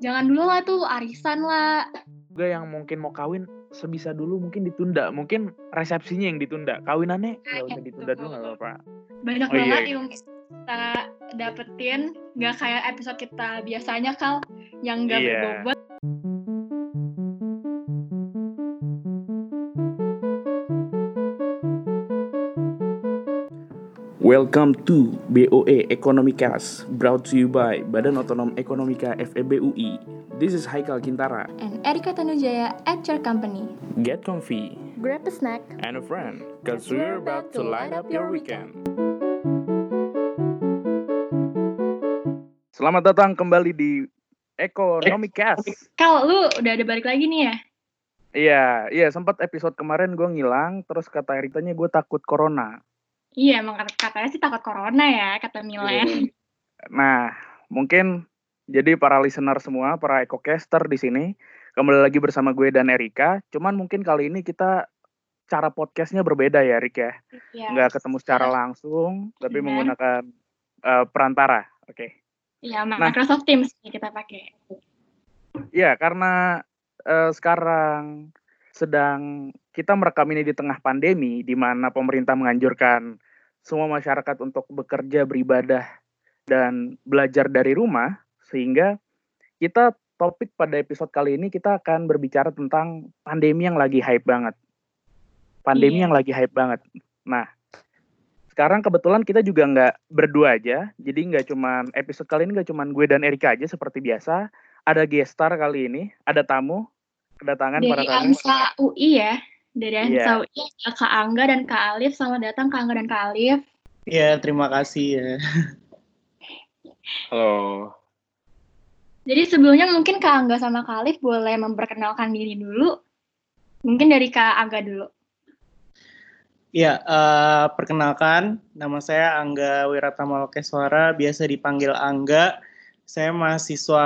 Jangan dulu lah tuh arisan lah. Juga yang mungkin mau kawin sebisa dulu mungkin ditunda, mungkin resepsinya yang ditunda, kawinannya ya udah ditunda dulu nggak apa-apa. Banyak Oh, iya. banget yang kita dapetin, nggak kayak episode kita biasanya Kal, yang nggak berbobot. Welcome to BOE Ekonomicast, brought to you by Badan Otonom Ekonomika FEB UI. This is Haikal Kintara And Erika Tanujaya at your company. Get comfy, Grab a snack and a friend, cause we're about to light up your weekend. Selamat datang kembali di Ekonomicast. Kal, lu udah ada balik lagi nih ya? Iya, sempat episode kemarin gue ngilang, terus kata Eritanya gue takut corona. Iya, emang katanya sih takut corona ya, kata Milen. Nah, mungkin jadi para listener semua, para ekocaster di sini, kembali lagi bersama gue dan Erika. Cuman mungkin kali ini kita cara podcastnya berbeda ya, Erik ya. Nggak ketemu secara langsung, tapi menggunakan perantara. Oke. Iya, Microsoft Teams kita pakai. Iya, karena sekarang sedang kita merekam ini di tengah pandemi, di mana pemerintah menganjurkan semua masyarakat untuk bekerja, beribadah, dan belajar dari rumah, sehingga kita topik pada episode kali ini kita akan berbicara tentang pandemi yang lagi hype banget. Nah, sekarang kebetulan kita juga nggak berdua aja, jadi nggak cuman episode kali ini nggak cuman gue dan Erika aja seperti biasa. Ada guest star kali ini, ada tamu kedatangan para tamu dari AMSA UI ya. Dari AMSA UI ada Kak Angga dan Kak Alif. Selamat datang Kak Angga dan Kak Alif. Iya, terima kasih ya. Halo. Jadi sebelumnya mungkin Kak Angga sama Kak Alif boleh memperkenalkan diri dulu. Mungkin dari Kak Angga dulu. Iya, perkenalkan, nama saya Angga Wiratama Lokeswara, biasa dipanggil Angga. Saya mahasiswa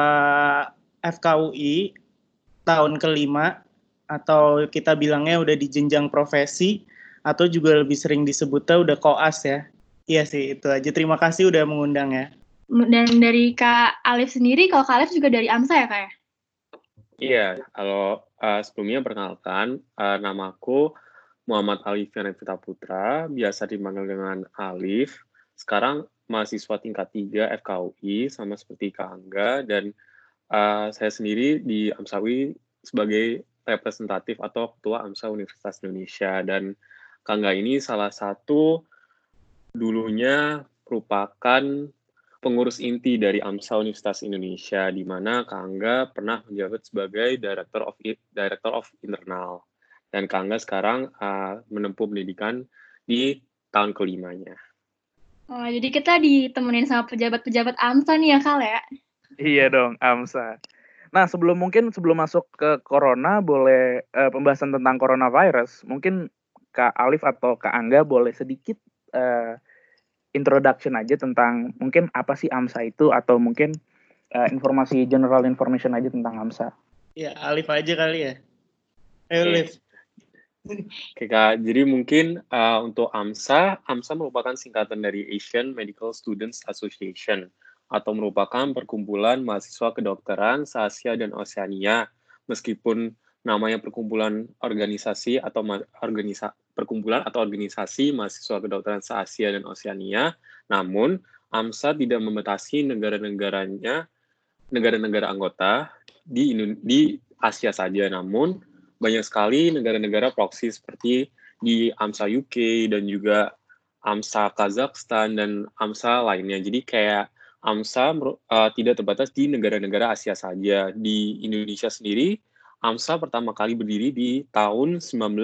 FKUI tahun kelima, atau kita bilangnya udah di jenjang profesi, atau juga lebih sering disebutnya udah koas ya. Iya sih, itu aja. Terima kasih udah mengundang ya. Dan dari Kak Alif sendiri, kalau Kak Alif juga dari AMSA ya Kak ya? Iya, kalau sebelumnya perkenalkan, namaku Muhammad Alif Yanevita Putra, biasa dipanggil dengan Alif. Sekarang mahasiswa tingkat 3 FKUI, sama seperti Kak Angga, dan saya sendiri di AMSA UI sebagai representatif atau ketua AMSA Universitas Indonesia. Dan Kak Angga ini salah satu dulunya merupakan pengurus inti dari AMSA Universitas Indonesia, di mana Kak Angga pernah menjabat sebagai Director of Internal. Dan Kak Angga sekarang menempuh pendidikan di tahun kelimanya. Oh, jadi kita ditemenin sama pejabat-pejabat AMSA nih ya Kak ya? Iya dong, AMSA. Nah, sebelum masuk ke corona, boleh pembahasan tentang coronavirus. Mungkin Kak Alif atau Kak Angga boleh sedikit introduction aja tentang mungkin apa sih AMSA itu, atau mungkin general information aja tentang AMSA. Ya, Alif aja kali ya. Alif. Oke Kak, jadi mungkin untuk AMSA merupakan singkatan dari Asian Medical Students Association, atau merupakan perkumpulan mahasiswa kedokteran se-Asia dan Oseania. Meskipun namanya perkumpulan organisasi atau organisasi mahasiswa kedokteran se-Asia dan Oseania, namun AMSA tidak membatasi negara-negara anggota di Asia saja, namun banyak sekali negara-negara proksi seperti di AMSA UK dan juga AMSA Kazakhstan dan AMSA lainnya. Jadi kayak AMSA tidak terbatas di negara-negara Asia saja. Di Indonesia sendiri, AMSA pertama kali berdiri di tahun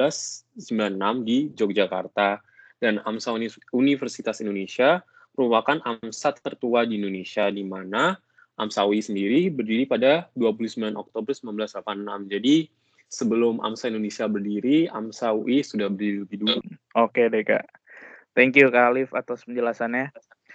1996 di Yogyakarta. Dan AMSA Universitas Indonesia merupakan AMSA tertua di Indonesia, di mana AMSA UI sendiri berdiri pada 29 Oktober 1986. Jadi sebelum AMSA Indonesia berdiri, AMSA UI sudah berdiri lebih dulu. Oke deh Kak. Thank you Kak Alif atas penjelasannya.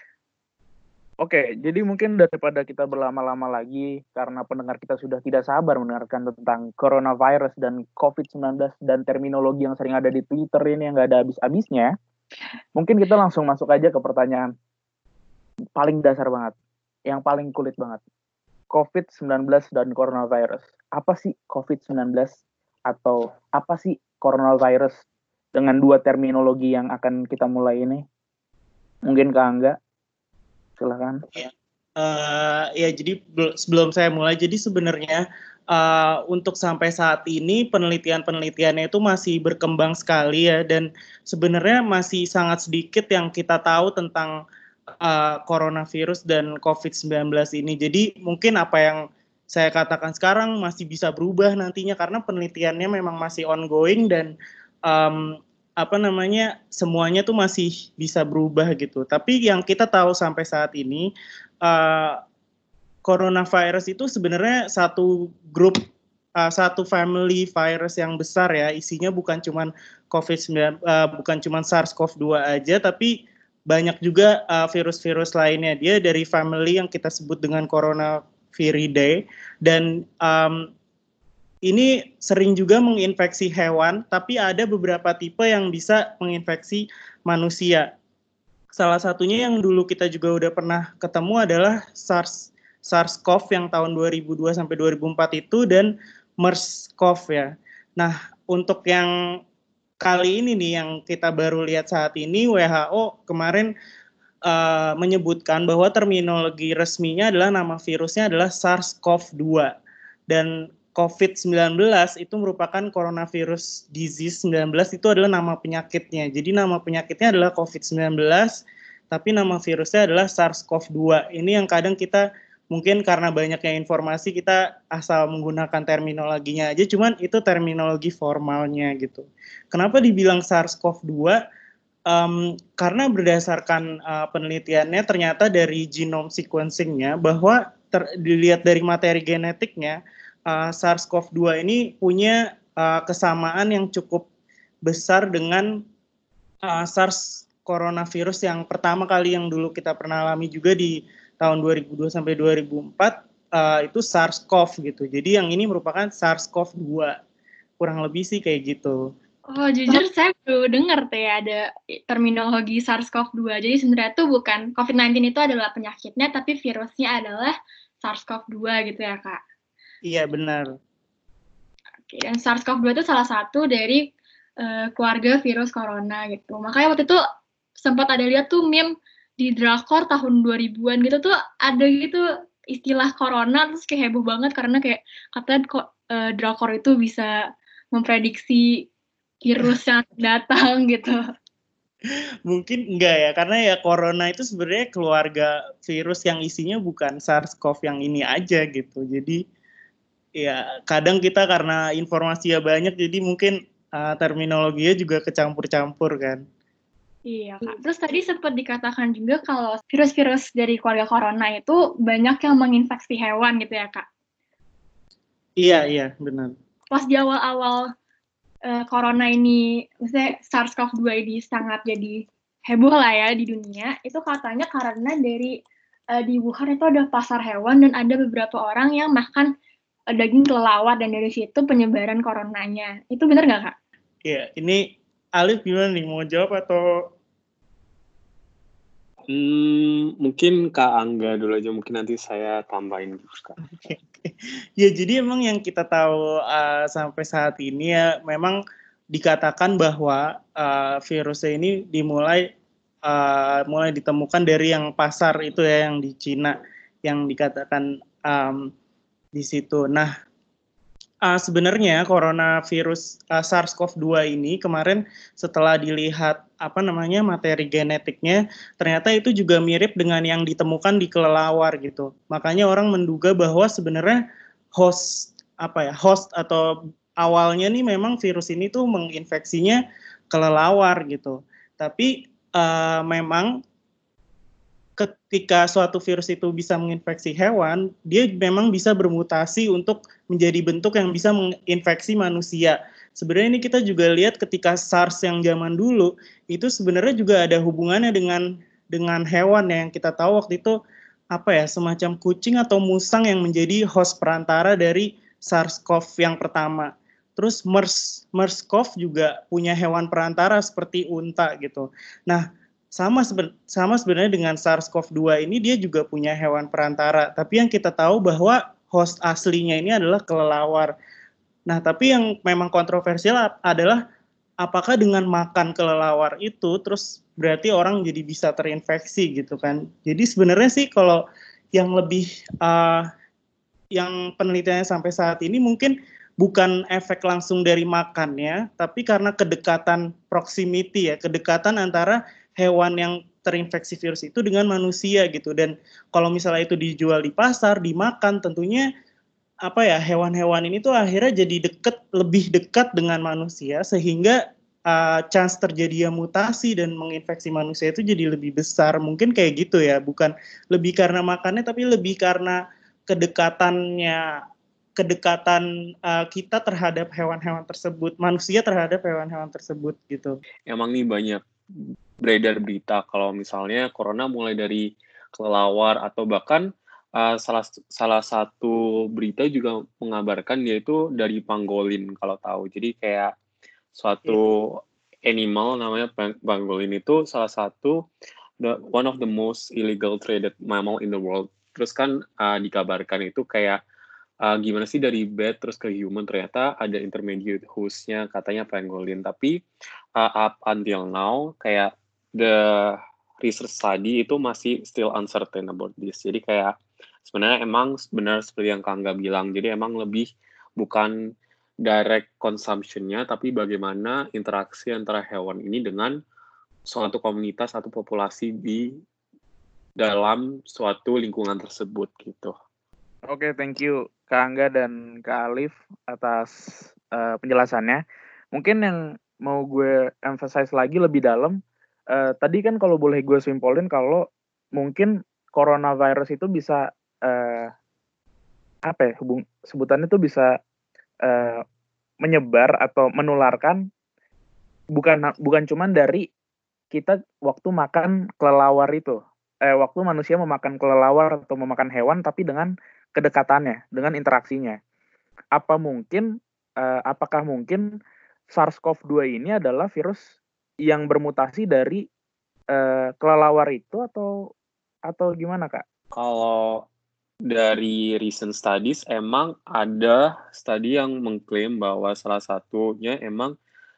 Oke, jadi mungkin daripada kita berlama-lama lagi, karena pendengar kita sudah tidak sabar mendengarkan tentang coronavirus dan COVID-19 dan terminologi yang sering ada di Twitter ini yang nggak ada habis-habisnya, mungkin kita langsung masuk aja ke pertanyaan paling dasar banget, yang paling kulit banget. COVID-19 dan coronavirus. Apa sih COVID-19 atau apa sih coronavirus? Dengan dua terminologi yang akan kita mulai ini. Mungkin Kak Angga, silakan. Ya, jadi sebelum saya mulai, jadi sebenarnya untuk sampai saat ini penelitiannya itu masih berkembang sekali ya, dan sebenarnya masih sangat sedikit yang kita tahu tentang coronavirus dan COVID-19 ini. Jadi mungkin apa yang saya katakan sekarang masih bisa berubah nantinya karena penelitiannya memang masih ongoing dan semuanya tuh masih bisa berubah gitu. Tapi yang kita tahu sampai saat ini coronavirus itu sebenarnya satu grup, satu family virus yang besar ya, isinya bukan cuma bukan cuma SARS-CoV-2 aja, tapi banyak juga virus-virus lainnya. Dia dari family yang kita sebut dengan Coronaviridae, dan ini sering juga menginfeksi hewan, tapi ada beberapa tipe yang bisa menginfeksi manusia. Salah satunya yang dulu kita juga udah pernah ketemu adalah SARS-CoV yang tahun 2002 sampai 2004 itu, dan MERS-CoV ya. Nah, untuk yang kali ini nih yang kita baru lihat saat ini, WHO kemarin menyebutkan bahwa terminologi resminya adalah nama virusnya adalah SARS-CoV-2. Dan COVID-19 itu merupakan coronavirus disease 19, itu adalah nama penyakitnya. Jadi nama penyakitnya adalah COVID-19, tapi nama virusnya adalah SARS-CoV-2. Ini yang kadang kita mungkin karena banyaknya informasi kita asal menggunakan terminologinya aja, cuman itu terminologi formalnya gitu. Kenapa dibilang SARS-CoV-2? Karena berdasarkan penelitiannya ternyata dari genome sequencing-nya bahwa dilihat dari materi genetiknya, SARS-CoV-2 ini punya kesamaan yang cukup besar dengan SARS coronavirus yang pertama kali yang dulu kita pernah alami juga di tahun 2002 sampai 2004, itu SARS-CoV gitu. Jadi yang ini merupakan SARS-CoV-2. Kurang lebih sih kayak gitu. Oh, jujur saya baru dengar tuh ya ada terminologi SARS-CoV-2. Jadi sebenarnya tuh bukan COVID-19 itu adalah penyakitnya, tapi virusnya adalah SARS-CoV-2 gitu ya, Kak? Iya, benar. Oke, dan SARS-CoV-2 itu salah satu dari keluarga virus corona gitu. Makanya waktu itu sempat ada lihat tuh meme di drakor tahun 2000-an gitu tuh ada gitu istilah corona, terus kayak heboh banget karena kayak katanya drakor itu bisa memprediksi virus yang datang gitu. Mungkin enggak ya, karena ya corona itu sebenarnya keluarga virus yang isinya bukan SARS-CoV yang ini aja gitu. Jadi ya kadang kita karena informasinya banyak jadi mungkin terminologinya juga kecampur-campur kan. Iya, Kak. Terus tadi sempat dikatakan juga kalau virus-virus dari keluarga corona itu banyak yang menginfeksi hewan gitu ya, Kak? Iya, benar. Pas di awal-awal corona ini, maksudnya SARS-CoV-2 ini sangat jadi heboh lah ya di dunia, itu katanya karena dari di Wuhan itu ada pasar hewan dan ada beberapa orang yang makan daging kelelawar dan dari situ penyebaran coronanya. Itu benar nggak, Kak? Iya, ini Alif gimana nih, mau jawab atau? Mungkin Kak Angga dulu aja, mungkin nanti saya tambahin juga. Ya, jadi emang yang kita tahu sampai saat ini ya memang dikatakan bahwa virusnya ini mulai ditemukan dari yang pasar itu ya, yang di Cina, yang dikatakan di situ. Nah, sebenarnya coronavirus SARS-CoV-2 ini kemarin setelah dilihat materi genetiknya, ternyata itu juga mirip dengan yang ditemukan di kelelawar gitu. Makanya orang menduga bahwa sebenarnya host atau awalnya nih memang virus ini tuh menginfeksinya kelelawar gitu. Tapi memang ketika suatu virus itu bisa menginfeksi hewan, dia memang bisa bermutasi untuk menjadi bentuk yang bisa menginfeksi manusia. Sebenarnya ini kita juga lihat ketika SARS yang zaman dulu, itu sebenarnya juga ada hubungannya dengan hewan yang kita tahu waktu itu semacam kucing atau musang yang menjadi host perantara dari SARS-CoV yang pertama. Terus MERS-CoV juga punya hewan perantara seperti unta gitu. Nah, sama sebenarnya dengan SARS-CoV-2 ini, dia juga punya hewan perantara. Tapi yang kita tahu bahwa host aslinya ini adalah kelelawar. Nah, tapi yang memang kontroversial adalah apakah dengan makan kelelawar itu terus berarti orang jadi bisa terinfeksi gitu kan. Jadi sebenarnya sih kalau yang lebih yang penelitiannya sampai saat ini mungkin bukan efek langsung dari makannya, tapi karena kedekatan proximity ya, kedekatan antara hewan yang terinfeksi virus itu dengan manusia gitu. Dan kalau misalnya itu dijual di pasar, dimakan, tentunya hewan-hewan ini tuh akhirnya jadi lebih dekat dengan manusia, sehingga chance terjadinya mutasi dan menginfeksi manusia itu jadi lebih besar. Mungkin kayak gitu ya, bukan lebih karena makannya, tapi lebih karena kedekatan kita terhadap hewan-hewan tersebut, manusia terhadap hewan-hewan tersebut gitu. Emang nih banyak beredar berita kalau misalnya corona mulai dari kelelawar atau bahkan salah satu berita juga mengabarkan yaitu dari pangolin kalau tahu. Jadi kayak suatu animal namanya pangolin itu salah satu one of the most illegal traded mammal in the world. Terus kan dikabarkan itu kayak gimana sih dari bat terus ke human, ternyata ada intermediate host-nya katanya pangolin. Tapi up until now kayak the research study itu masih still uncertain about this. Jadi kayak sebenarnya emang benar seperti yang Kak Angga bilang. Jadi emang lebih bukan direct consumption-nya, tapi bagaimana interaksi antara hewan ini dengan suatu komunitas atau populasi di dalam suatu lingkungan tersebut gitu. Oke, thank you Kak Angga dan Kak Alif atas penjelasannya. Mungkin yang mau gue emphasize lagi lebih dalam, tadi kan kalau boleh gue simpulin kalau mungkin coronavirus itu bisa sebutannya tuh bisa menyebar atau menularkan bukan cuman dari kita waktu makan kelelawar itu, waktu manusia memakan kelelawar atau memakan hewan, tapi dengan kedekatannya, dengan interaksinya. Apakah mungkin SARS-CoV-2 ini adalah virus yang bermutasi dari kelelawar itu atau gimana, Kak? Kalau dari recent studies emang ada studi yang mengklaim bahwa salah satunya emang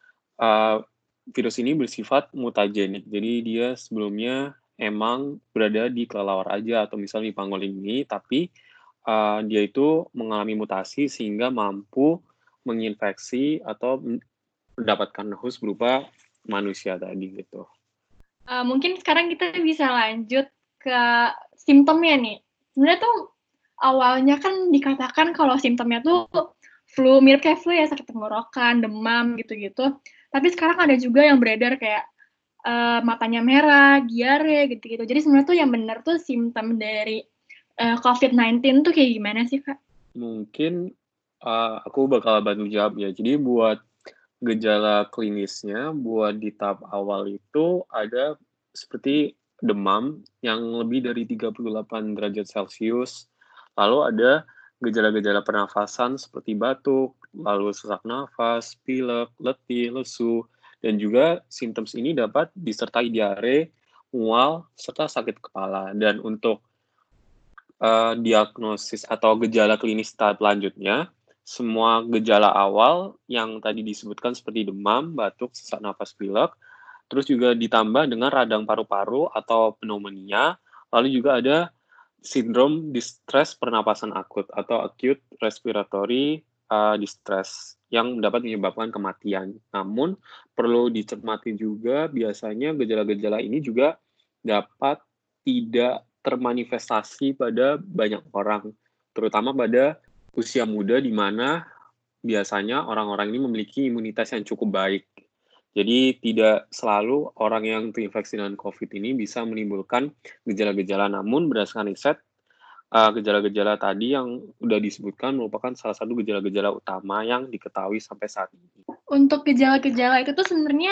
virus ini bersifat mutagenik. Jadi dia sebelumnya emang berada di kelelawar aja atau misalnya di pangolin ini, tapi dia itu mengalami mutasi sehingga mampu menginfeksi atau mendapatkan host berupa manusia tadi gitu. Mungkin sekarang kita bisa lanjut ke simptomnya nih. Sebenarnya tuh awalnya kan dikatakan kalau simptomnya tuh flu, mirip kayak flu ya, sakit tenggorokan, demam gitu-gitu. Tapi sekarang ada juga yang beredar kayak matanya merah, diare gitu-gitu. Jadi sebenarnya tuh yang benar tuh simptom dari COVID-19 tuh kayak gimana sih, Kak? Mungkin aku bakal bantu jawab ya. Jadi buat gejala klinisnya, buat di tahap awal itu ada seperti demam yang lebih dari 38 derajat Celcius. Lalu ada gejala-gejala pernafasan seperti batuk, lalu sesak nafas, pilek, letih, lesu, dan juga simptoms ini dapat disertai diare, mual, serta sakit kepala. Dan untuk diagnosis atau gejala klinis tahap lanjutnya, semua gejala awal yang tadi disebutkan seperti demam, batuk, sesak nafas, pilek, terus juga ditambah dengan radang paru-paru atau pneumonia, lalu juga ada sindrom distress pernapasan akut atau acute respiratory distress yang dapat menyebabkan kematian. Namun perlu dicermati juga biasanya gejala-gejala ini juga dapat tidak termanifestasi pada banyak orang, terutama pada usia muda di mana biasanya orang-orang ini memiliki imunitas yang cukup baik. Jadi tidak selalu orang yang terinfeksi dengan COVID ini bisa menimbulkan gejala-gejala. Namun berdasarkan riset, gejala-gejala tadi yang sudah disebutkan merupakan salah satu gejala-gejala utama yang diketahui sampai saat ini. Untuk gejala-gejala itu tuh sebenarnya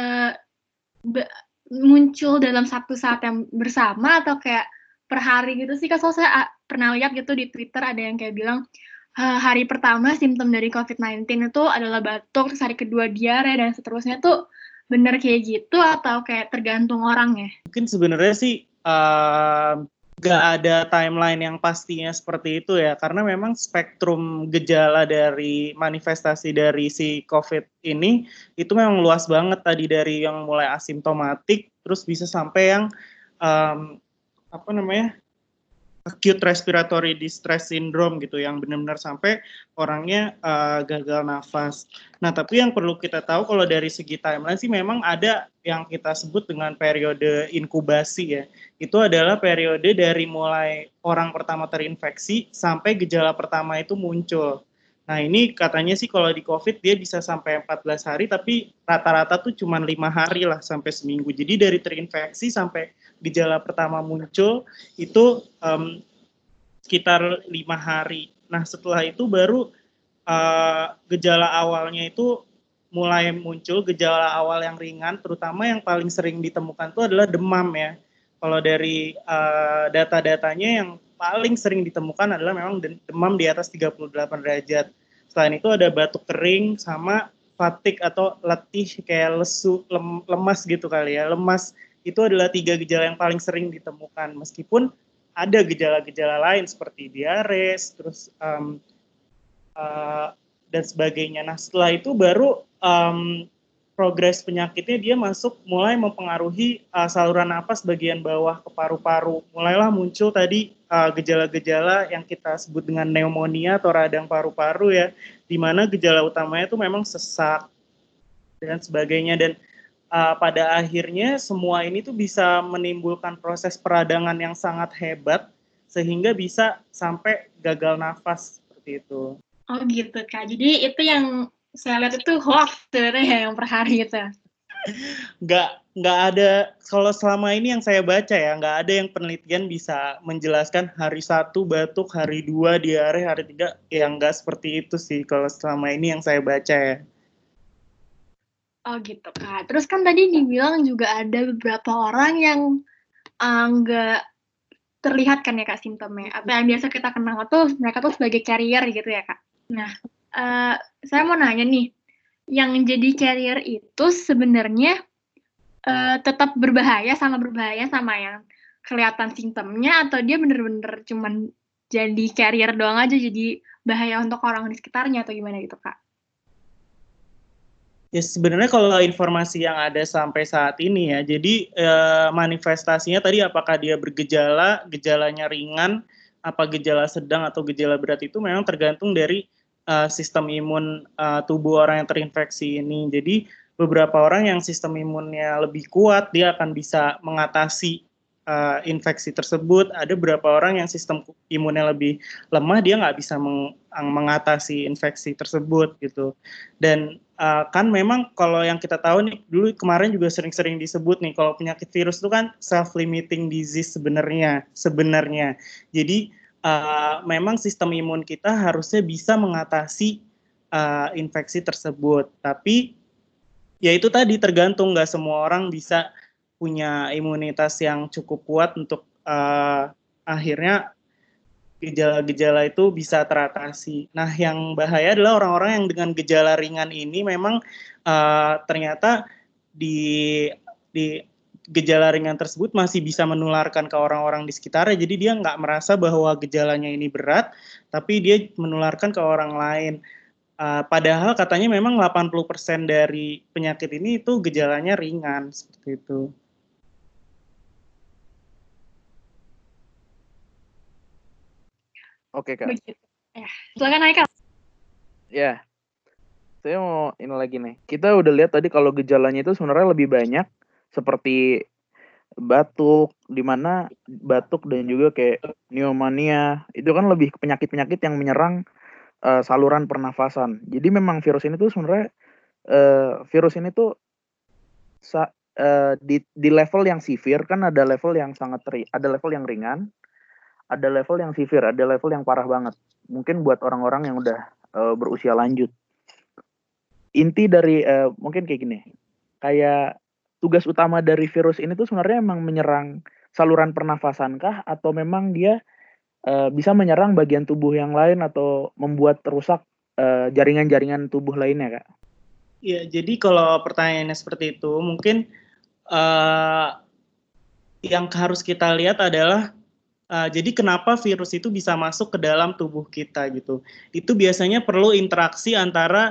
muncul dalam satu saat yang bersama atau kayak per hari gitu sih? Kan soalnya saya pernah lihat gitu di Twitter ada yang kayak bilang hari pertama simptom dari COVID-19 itu adalah batuk, terus hari kedua diare, dan seterusnya tuh bener kayak gitu atau kayak tergantung orangnya? Mungkin sebenarnya sih nggak ada timeline yang pastinya seperti itu ya, karena memang spektrum gejala dari manifestasi dari si COVID ini itu memang luas banget, tadi dari yang mulai asimptomatik terus bisa sampai yang apa namanya, acute respiratory distress syndrome gitu, yang benar-benar sampai orangnya gagal nafas. Nah, tapi yang perlu kita tahu kalau dari segi timeline sih memang ada yang kita sebut dengan periode inkubasi ya. Itu adalah periode dari mulai orang pertama terinfeksi sampai gejala pertama itu muncul. Nah, ini katanya sih kalau di COVID dia bisa sampai 14 hari, tapi rata-rata tuh cuma 5 hari lah sampai seminggu. Jadi dari terinfeksi sampai gejala pertama muncul itu sekitar 5 hari. Nah, setelah itu baru gejala awalnya itu mulai muncul, gejala awal yang ringan, terutama yang paling sering ditemukan itu adalah demam ya. Kalau dari data-datanya yang paling sering ditemukan adalah memang demam di atas 38 derajat. Selain itu ada batuk kering sama fatigue atau letih kayak lesu, lemas gitu kali ya. Lemas itu adalah 3 gejala yang paling sering ditemukan. Meskipun ada gejala-gejala lain seperti diare, terus dan sebagainya. Nah, setelah itu baru progres penyakitnya dia masuk mulai mempengaruhi saluran napas bagian bawah ke paru-paru. Mulailah muncul tadi gejala-gejala yang kita sebut dengan pneumonia atau radang paru-paru ya, di mana gejala utamanya itu memang sesak dan sebagainya. Dan pada akhirnya semua ini tuh bisa menimbulkan proses peradangan yang sangat hebat sehingga bisa sampai gagal nafas seperti itu. Oh gitu Kak, jadi itu yang saya lihat itu hoax sebenarnya yang per hari itu. Nggak ada, kalau selama ini yang saya baca ya, nggak ada yang penelitian bisa menjelaskan hari 1 batuk, hari 2 diare, hari 3, ya nggak seperti itu sih kalau selama ini yang saya baca ya. Oh gitu Kak, terus kan tadi dibilang juga ada beberapa orang yang nggak terlihat kan ya Kak simptomnya, atau yang biasa kita kenal tuh mereka tuh sebagai carrier gitu ya Kak. Nah, saya mau nanya nih, yang jadi carrier itu sebenarnya tetap berbahaya sama yang kelihatan simptomnya, atau dia bener-bener cuman jadi carrier doang aja, jadi bahaya untuk orang di sekitarnya atau gimana gitu Kak? Ya sebenarnya kalau informasi yang ada sampai saat ini ya, jadi manifestasinya tadi apakah dia bergejala, gejalanya ringan, apa gejala sedang atau gejala berat itu memang tergantung dari sistem imun tubuh orang yang terinfeksi ini. Jadi beberapa orang yang sistem imunnya lebih kuat, dia akan bisa mengatasi infeksi tersebut. Ada beberapa orang yang sistem imunnya lebih lemah, dia nggak bisa mengatasi infeksi tersebut gitu. Dan kan memang kalau yang kita tahu nih, dulu kemarin juga sering-sering disebut nih, kalau penyakit virus itu kan self-limiting disease sebenarnya. Jadi memang sistem imun kita harusnya bisa mengatasi infeksi tersebut. Tapi ya itu tadi tergantung, nggak semua orang bisa punya imunitas yang cukup kuat untuk akhirnya gejala-gejala itu bisa teratasi. Nah, yang bahaya adalah orang-orang yang dengan gejala ringan ini memang ternyata di gejala ringan tersebut masih bisa menularkan ke orang-orang di sekitarnya. Jadi dia nggak merasa bahwa gejalanya ini berat, tapi dia menularkan ke orang lain. Padahal katanya memang 80% dari penyakit ini itu gejalanya ringan, seperti itu. Oke Kak. Begitu. Ya, silakan Haikal. Ya, saya mau ini lagi nih. Kita udah lihat tadi kalau gejalanya itu sebenarnya lebih banyak seperti batuk, di mana batuk dan juga kayak pneumonia itu kan lebih penyakit-penyakit yang menyerang saluran pernafasan. Jadi memang virus ini tuh sebenarnya di level yang severe kan ada level yang ada level yang ringan, ada level yang severe, ada level yang parah banget. Mungkin buat orang-orang yang udah berusia lanjut. Inti dari mungkin kayak gini, kayak tugas utama dari virus ini tuh sebenarnya emang menyerang saluran pernafasan kah, atau memang dia bisa menyerang bagian tubuh yang lain atau membuat rusak jaringan-jaringan tubuh lainnya Kak? Ya, jadi kalau pertanyaannya seperti itu, mungkin yang harus kita lihat adalah jadi kenapa virus itu bisa masuk ke dalam tubuh kita gitu. Itu biasanya perlu interaksi antara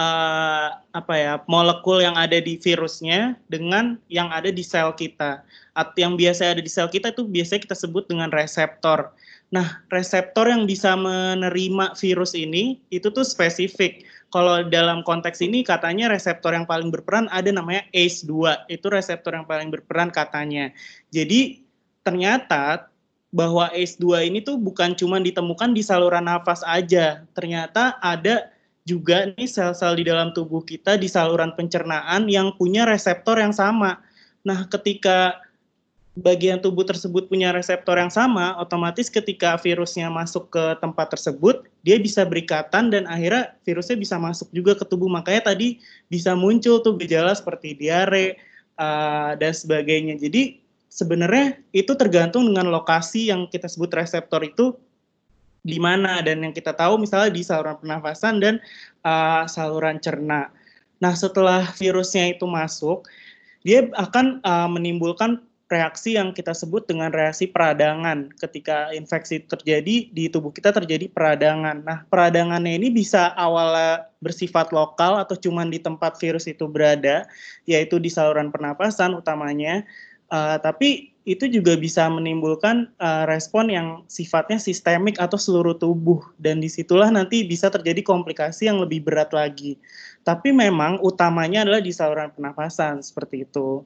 molekul yang ada di virusnya dengan yang ada di sel kita. Yang biasa ada di sel kita itu biasanya kita sebut dengan reseptor. Nah, reseptor yang bisa menerima virus ini itu tuh spesifik. Kalau dalam konteks ini katanya reseptor yang paling berperan ada namanya ACE2. Itu reseptor yang paling berperan katanya. Jadi ternyata bahwa ACE2 ini tuh bukan cuma ditemukan di saluran nafas aja. Ternyata ada juga nih sel-sel di dalam tubuh kita di saluran pencernaan yang punya reseptor yang sama. Nah, ketika bagian tubuh tersebut punya reseptor yang sama, otomatis ketika virusnya masuk ke tempat tersebut, dia bisa berikatan dan akhirnya virusnya bisa masuk juga ke tubuh. Makanya tadi bisa muncul tuh gejala seperti diare dan sebagainya. Jadi sebenarnya itu tergantung dengan lokasi yang kita sebut reseptor itu di mana, dan yang kita tahu misalnya di saluran pernafasan dan saluran cerna. Nah, setelah virusnya itu masuk, dia akan menimbulkan reaksi yang kita sebut dengan reaksi peradangan. Ketika infeksi terjadi di tubuh kita terjadi peradangan. Nah, peradangannya ini bisa awalnya bersifat lokal atau cuma di tempat virus itu berada, yaitu di saluran pernapasan utamanya. Tapi itu juga bisa menimbulkan respon yang sifatnya sistemik atau seluruh tubuh. Dan disitulah nanti bisa terjadi komplikasi yang lebih berat lagi. Tapi memang utamanya adalah di saluran pernapasan, seperti itu.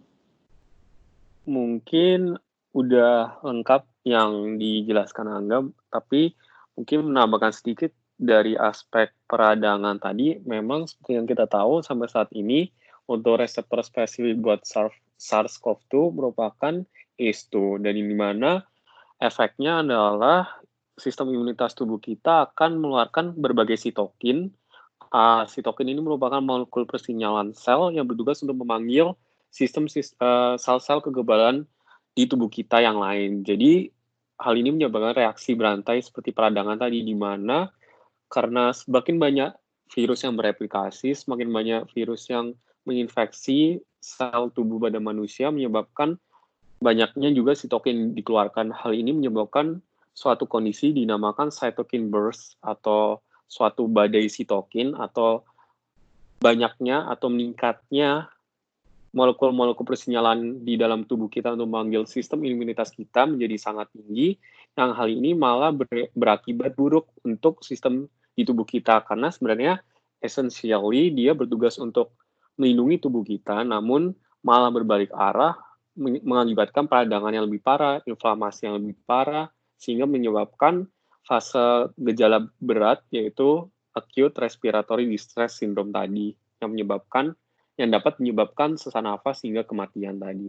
Mungkin udah lengkap yang dijelaskan Angga, tapi mungkin menambahkan sedikit dari aspek peradangan tadi. Memang seperti yang kita tahu sampai saat ini, untuk reseptor spesifik buat SARS-CoV-2 merupakan ACE2, dan di mana efeknya adalah sistem imunitas tubuh kita akan mengeluarkan berbagai sitokin. Sitokin ini merupakan molekul persinyalan sel yang bertugas untuk memanggil sistem sel-sel kekebalan di tubuh kita yang lain. Jadi hal ini menyebabkan reaksi berantai seperti peradangan tadi, di mana karena semakin banyak virus yang bereplikasi, semakin banyak virus yang menginfeksi sel tubuh pada manusia, menyebabkan banyaknya juga sitokin dikeluarkan. Hal ini menyebabkan suatu kondisi dinamakan cytokine burst atau suatu badai sitokin, atau banyaknya atau meningkatnya molekul-molekul persinyalan di dalam tubuh kita untuk memanggil sistem imunitas kita menjadi sangat tinggi, yang hal ini malah berakibat buruk untuk sistem di tubuh kita, karena sebenarnya essentially dia bertugas untuk melindungi tubuh kita, namun malah berbalik arah, mengakibatkan peradangan yang lebih parah, inflamasi yang lebih parah, sehingga menyebabkan fase gejala berat, yaitu acute respiratory distress syndrome tadi, yang dapat menyebabkan sesak nafas hingga kematian tadi.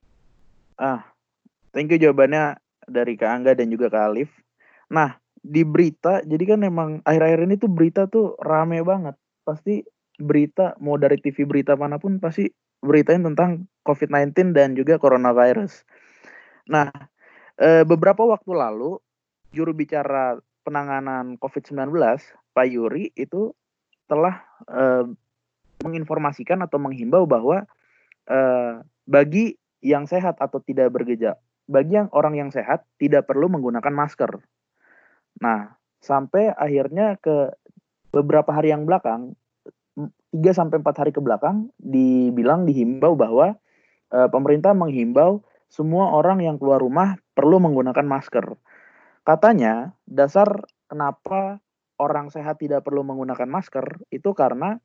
Thank you jawabannya dari Kak Angga dan juga Kak Alif. Nah, di berita, jadi kan memang akhir-akhir ini tuh berita tuh rame banget. Pasti berita, mau dari TV berita manapun, pasti beritain tentang COVID-19 dan juga coronavirus. Nah, beberapa waktu lalu, juru bicara penanganan COVID-19, Pak Yuri, itu telah menginformasikan atau menghimbau bahwa bagi yang sehat atau tidak bergejala, bagi yang orang yang sehat tidak perlu menggunakan masker. Nah, sampai akhirnya ke beberapa hari yang belakang, 3-4 hari ke belakang, dihimbau bahwa pemerintah menghimbau semua orang yang keluar rumah perlu menggunakan masker. Katanya dasar kenapa orang sehat tidak perlu menggunakan masker itu karena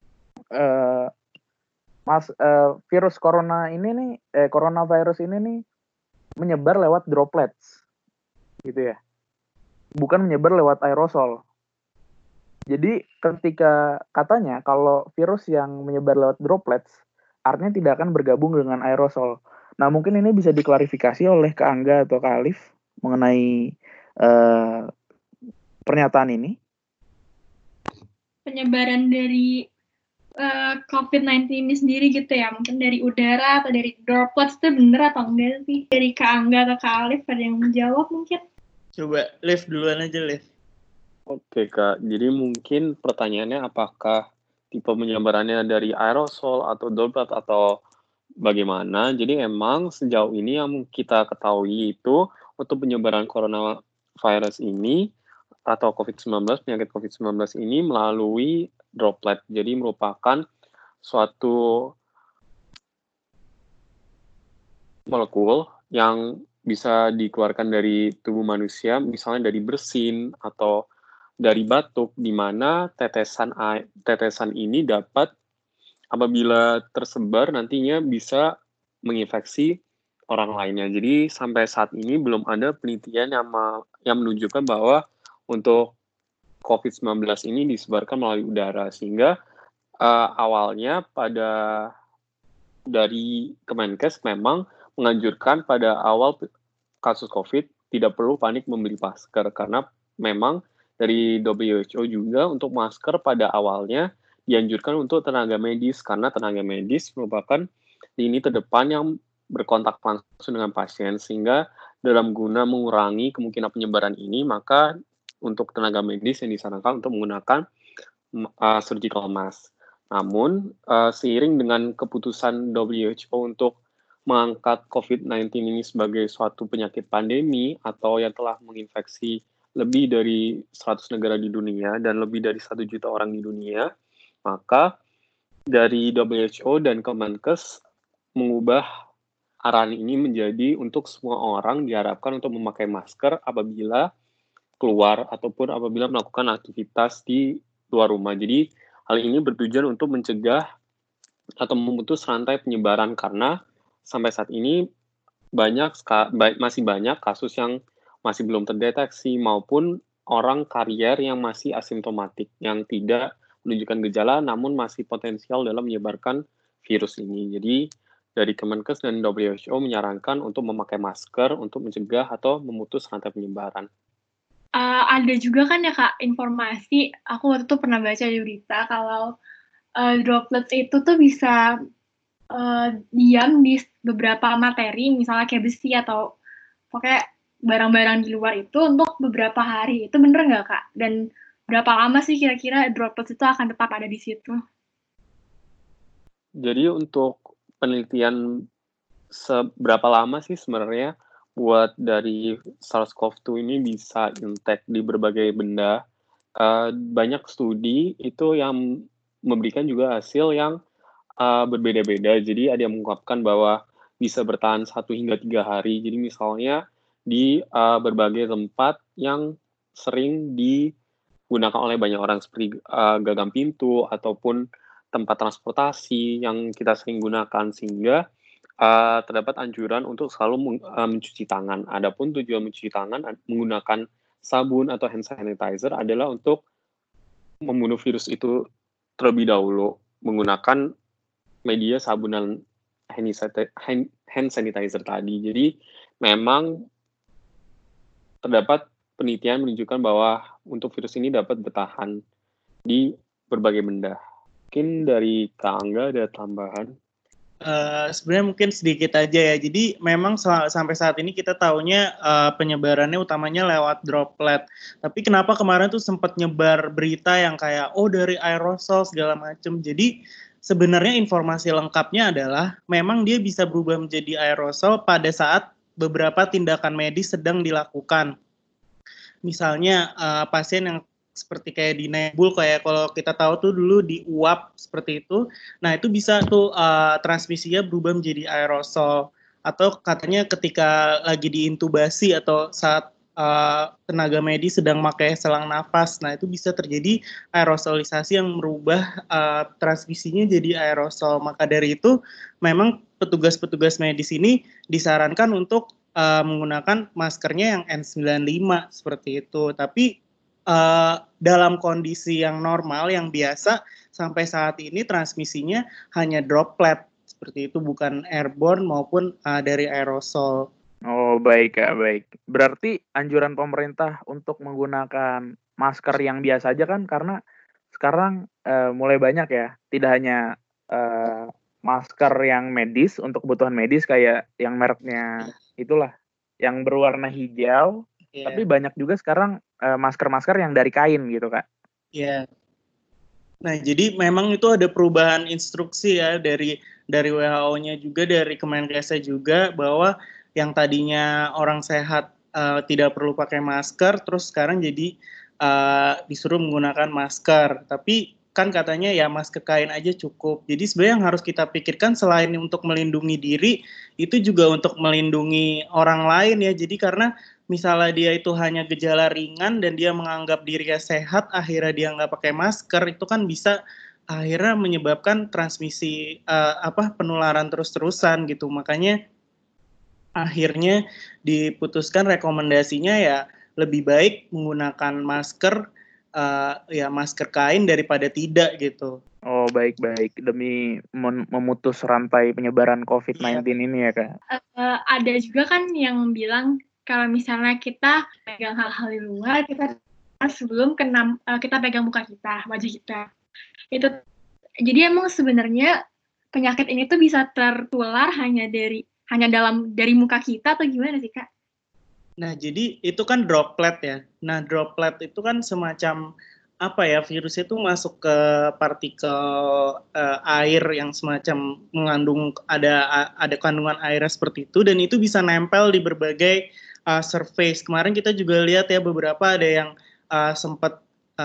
virus corona ini nih, coronavirus ini nih menyebar lewat droplets, gitu ya, bukan menyebar lewat aerosol. Jadi ketika katanya kalau virus yang menyebar lewat droplets, artinya tidak akan bergabung dengan aerosol. Nah, mungkin ini bisa diklarifikasi oleh Kak Angga atau Kak Alif mengenai pernyataan ini. Penyebaran dari COVID-19 ini sendiri gitu ya, mungkin dari udara atau dari droplets itu bener atau enggak sih? Dari Kak Angga atau Kak Alif ada yang menjawab mungkin? Coba Liv duluan aja, Liv. Oke Kak, jadi mungkin pertanyaannya apakah tipe penyebarannya dari aerosol atau droplet atau bagaimana. Jadi emang sejauh ini yang kita ketahui itu untuk penyebaran coronavirus ini atau penyakit COVID-19 ini melalui droplet. Jadi merupakan suatu molekul yang bisa dikeluarkan dari tubuh manusia, misalnya dari bersin atau dari batuk, di mana tetesan ini dapat apabila tersebar nantinya bisa menginfeksi orang lainnya. Jadi sampai saat ini belum ada penelitian yang menunjukkan bahwa untuk COVID-19 ini disebarkan melalui udara, sehingga awalnya dari Kemenkes memang menganjurkan pada awal kasus COVID tidak perlu panik membeli masker, karena memang dari WHO juga untuk masker pada awalnya dianjurkan untuk tenaga medis, karena tenaga medis merupakan lini terdepan yang berkontak langsung dengan pasien, sehingga dalam guna mengurangi kemungkinan penyebaran ini, maka untuk tenaga medis yang disarankan untuk menggunakan surgical mask. Namun, seiring dengan keputusan WHO untuk mengangkat COVID-19 ini sebagai suatu penyakit pandemi atau yang telah menginfeksi lebih dari 100 negara di dunia dan lebih dari 1 juta orang di dunia, maka dari WHO dan Kemenkes mengubah arahan ini menjadi untuk semua orang diharapkan untuk memakai masker apabila keluar ataupun apabila melakukan aktivitas di luar rumah. Jadi hal ini bertujuan untuk mencegah atau memutus rantai penyebaran, karena sampai saat ini masih banyak kasus yang masih belum terdeteksi maupun orang karier yang masih asimptomatik, yang tidak menunjukkan gejala namun masih potensial dalam menyebarkan virus ini. Jadi dari Kemenkes dan WHO menyarankan untuk memakai masker untuk mencegah atau memutus rantai penyebaran. Ada juga kan ya Kak informasi, aku waktu itu pernah baca di berita kalau droplets itu tuh bisa diam di beberapa materi, misalnya kayak besi atau pokoknya barang-barang di luar itu untuk beberapa hari. Itu bener nggak Kak? Dan berapa lama sih kira-kira droplets itu akan tetap ada di situ? Jadi untuk penelitian seberapa lama sih sebenarnya buat dari SARS-CoV-2 ini bisa intact di berbagai benda. Banyak studi itu yang memberikan juga hasil yang berbeda-beda. Jadi ada yang mengungkapkan bahwa bisa bertahan 1 hingga 3 hari. Jadi misalnya di berbagai tempat yang sering digunakan oleh banyak orang seperti gagang pintu ataupun tempat transportasi yang kita sering gunakan, sehingga terdapat anjuran untuk selalu mencuci tangan. Adapun tujuan mencuci tangan menggunakan sabun atau hand sanitizer adalah untuk membunuh virus itu terlebih dahulu menggunakan media sabun dan hand sanitizer tadi. Jadi memang terdapat penelitian menunjukkan bahwa untuk virus ini dapat bertahan di berbagai benda. Mungkin dari Kak Angga ada tambahan? Sebenarnya mungkin sedikit aja ya. Jadi memang sampai saat ini kita taunya penyebarannya utamanya lewat droplet. Tapi kenapa kemarin tuh sempat nyebar berita yang kayak dari aerosol segala macam. Jadi sebenarnya informasi lengkapnya adalah memang dia bisa berubah menjadi aerosol pada saat beberapa tindakan medis sedang dilakukan. Misalnya pasien yang seperti kayak di nebul, kayak kalau kita tahu tuh dulu di uap seperti itu. Nah itu bisa tuh transmisinya berubah menjadi aerosol. Atau katanya ketika lagi diintubasi atau saat tenaga medis sedang pakai selang nafas, nah itu bisa terjadi aerosolisasi yang merubah transmisinya jadi aerosol. Maka dari itu memang petugas-petugas medis ini disarankan untuk menggunakan maskernya yang N95 seperti itu. Tapi dalam kondisi yang normal, yang biasa, sampai saat ini transmisinya hanya droplet seperti itu, bukan airborne maupun dari aerosol. Oh, baik Kak, baik. Berarti anjuran pemerintah untuk menggunakan masker yang biasa aja kan, karena sekarang mulai banyak ya, tidak hanya masker yang medis untuk kebutuhan medis kayak yang mereknya itulah, yang berwarna hijau, tapi banyak juga sekarang masker-masker yang dari kain gitu Kak. Iya. Nah, jadi memang itu ada perubahan instruksi ya dari WHO-nya juga, dari Kemenkesnya juga, bahwa yang tadinya orang sehat tidak perlu pakai masker, terus sekarang jadi disuruh menggunakan masker. Tapi kan katanya ya masker kain aja cukup. Jadi sebenarnya yang harus kita pikirkan selain untuk melindungi diri, itu juga untuk melindungi orang lain ya. Jadi karena misalnya dia itu hanya gejala ringan dan dia menganggap dirinya sehat, akhirnya dia nggak pakai masker, itu kan bisa akhirnya menyebabkan transmisi penularan terus-terusan gitu. Makanya akhirnya diputuskan rekomendasinya ya lebih baik menggunakan masker, ya masker kain daripada tidak gitu. Oh, baik-baik. Demi memutus rantai penyebaran COVID-19 ini ya, Kak. Ada juga kan yang bilang kalau misalnya kita pegang hal-hal di luar, kita sebelum kita pegang muka kita, wajah kita. Itu jadi emang sebenarnya penyakit ini tuh bisa tertular hanya dari muka kita atau gimana sih, Kak? Nah, jadi itu kan droplet ya. Nah, droplet itu kan semacam virus itu masuk ke partikel air yang semacam mengandung ada kandungan airnya seperti itu, dan itu bisa nempel di berbagai surface. Kemarin kita juga lihat ya beberapa ada yang sempat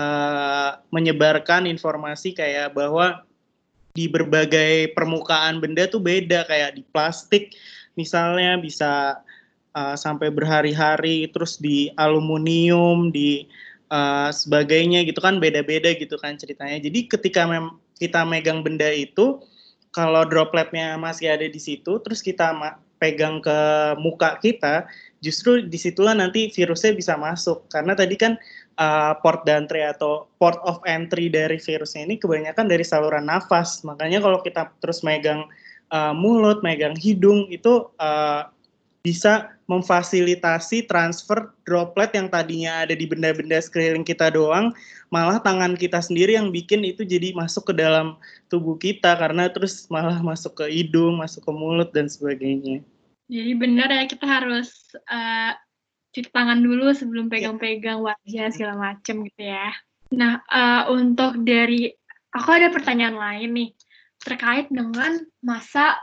menyebarkan informasi kayak bahwa di berbagai permukaan benda tuh beda, kayak di plastik misalnya bisa sampai berhari-hari, terus di aluminium, di sebagainya gitu kan, beda-beda gitu kan ceritanya. Jadi ketika kita megang benda itu, kalau dropletnya masih ada di situ, terus kita pegang ke muka kita, justru disitulah nanti virusnya bisa masuk. Karena tadi kan port d'entry atau port of entry dari virusnya ini kebanyakan dari saluran nafas. Makanya kalau kita terus megang mulut, megang hidung, itu bisa memfasilitasi transfer droplet yang tadinya ada di benda-benda sekeliling kita doang, malah tangan kita sendiri yang bikin itu jadi masuk ke dalam tubuh kita, karena terus malah masuk ke hidung, masuk ke mulut, dan sebagainya. Jadi benar ya, kita harus cuci tangan dulu sebelum pegang-pegang wajah segala macam gitu ya. Nah, untuk aku ada pertanyaan lain nih terkait dengan masa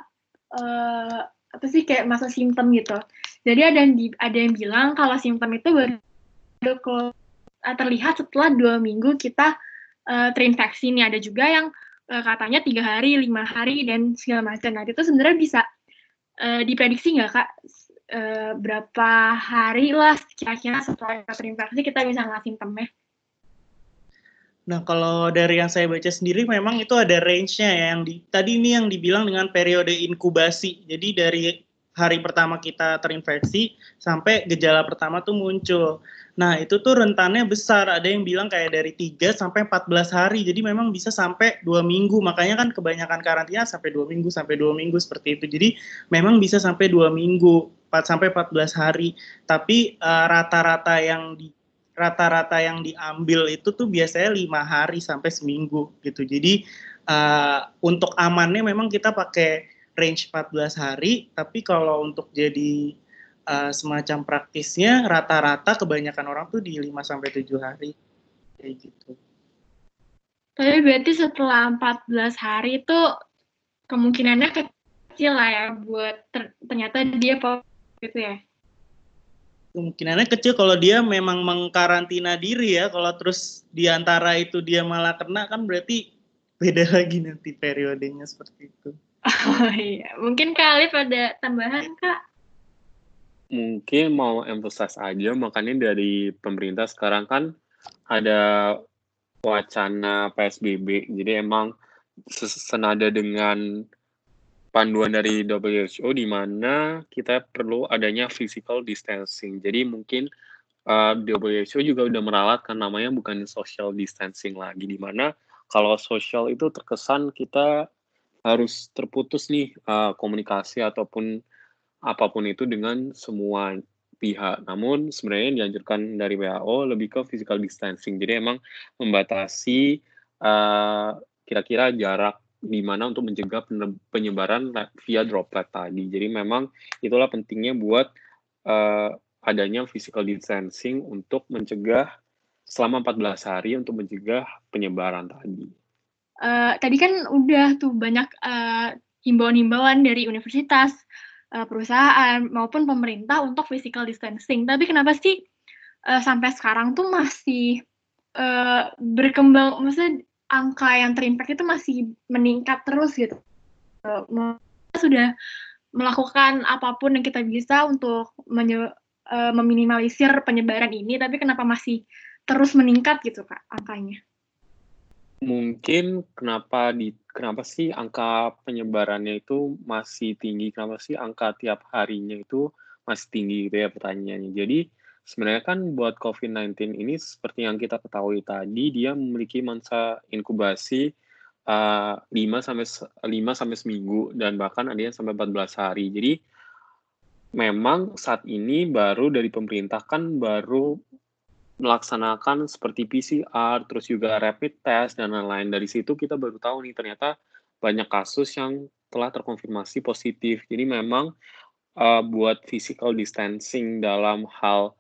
kayak masa simptom gitu. Jadi ada yang bilang kalau simptom itu baru terlihat setelah 2 minggu kita terinfeksi nih. Ada juga yang katanya 3 hari, 5 hari, dan segala macam. Nah, itu sebenarnya bisa diprediksi nggak, Kak? Berapa hari lah kira-kira setelah terinfeksi kita bisa ngeliat simptomnya? Nah, kalau dari yang saya baca sendiri memang itu ada range-nya ya, tadi ini yang dibilang dengan periode inkubasi. Jadi dari hari pertama kita terinfeksi sampai gejala pertama tuh muncul. Nah, itu tuh rentannya besar. Ada yang bilang kayak dari 3 sampai 14 hari. Jadi memang bisa sampai 2 minggu. Makanya kan kebanyakan karantina sampai 2 minggu seperti itu. Jadi memang bisa sampai 2 minggu, 4 sampai 14 hari. Tapi rata-rata yang diambil itu tuh biasanya 5 hari sampai seminggu gitu. Jadi untuk amannya memang kita pakai range 14 hari, tapi kalau untuk jadi semacam praktisnya rata-rata kebanyakan orang tuh di 5 sampai 7 hari kayak gitu. Tapi berarti setelah 14 hari itu kemungkinannya kecil lah ya buat ternyata dia positif gitu ya. Kemungkinannya kecil kalau dia memang mengkarantina diri ya. Kalau terus di antara itu dia malah kena, kan berarti beda lagi nanti periodenya seperti itu. Oh iya, mungkin Kak Alif ada tambahan, Kak? Mungkin mau emphasize aja, makanya dari pemerintah sekarang kan ada wacana PSBB. Jadi emang senada dengan panduan dari WHO di mana kita perlu adanya physical distancing. Jadi mungkin WHO juga udah meralatkan namanya bukan social distancing lagi, di mana kalau social itu terkesan kita harus terputus nih komunikasi ataupun apapun itu dengan semua pihak. Namun sebenarnya yang dianjurkan dari WHO lebih ke physical distancing. Jadi emang membatasi kira-kira jarak di mana untuk mencegah penyebaran via droplet tadi. Jadi memang itulah pentingnya buat adanya physical distancing untuk mencegah selama 14 hari untuk mencegah penyebaran tadi. tadi kan udah tuh banyak himbauan-himbauan dari universitas, perusahaan maupun pemerintah untuk physical distancing. Tapi kenapa sih sampai sekarang tuh masih berkembang, maksudnya angka yang terimpact itu masih meningkat terus gitu. Kita sudah melakukan apapun yang kita bisa untuk meminimalisir penyebaran ini, tapi kenapa masih terus meningkat gitu Kak angkanya? Mungkin kenapa sih angka penyebarannya itu masih tinggi, kenapa sih angka tiap harinya itu masih tinggi gitu ya pertanyaannya. Jadi sebenarnya kan buat COVID-19 ini seperti yang kita ketahui tadi, dia memiliki masa inkubasi 5 sampai seminggu dan bahkan ada yang sampai 14 hari. Jadi memang saat ini baru dari pemerintah kan baru melaksanakan seperti PCR, terus juga rapid test, dan lain-lain. Dari situ kita baru tahu nih, ternyata banyak kasus yang telah terkonfirmasi positif. Jadi memang buat physical distancing dalam hal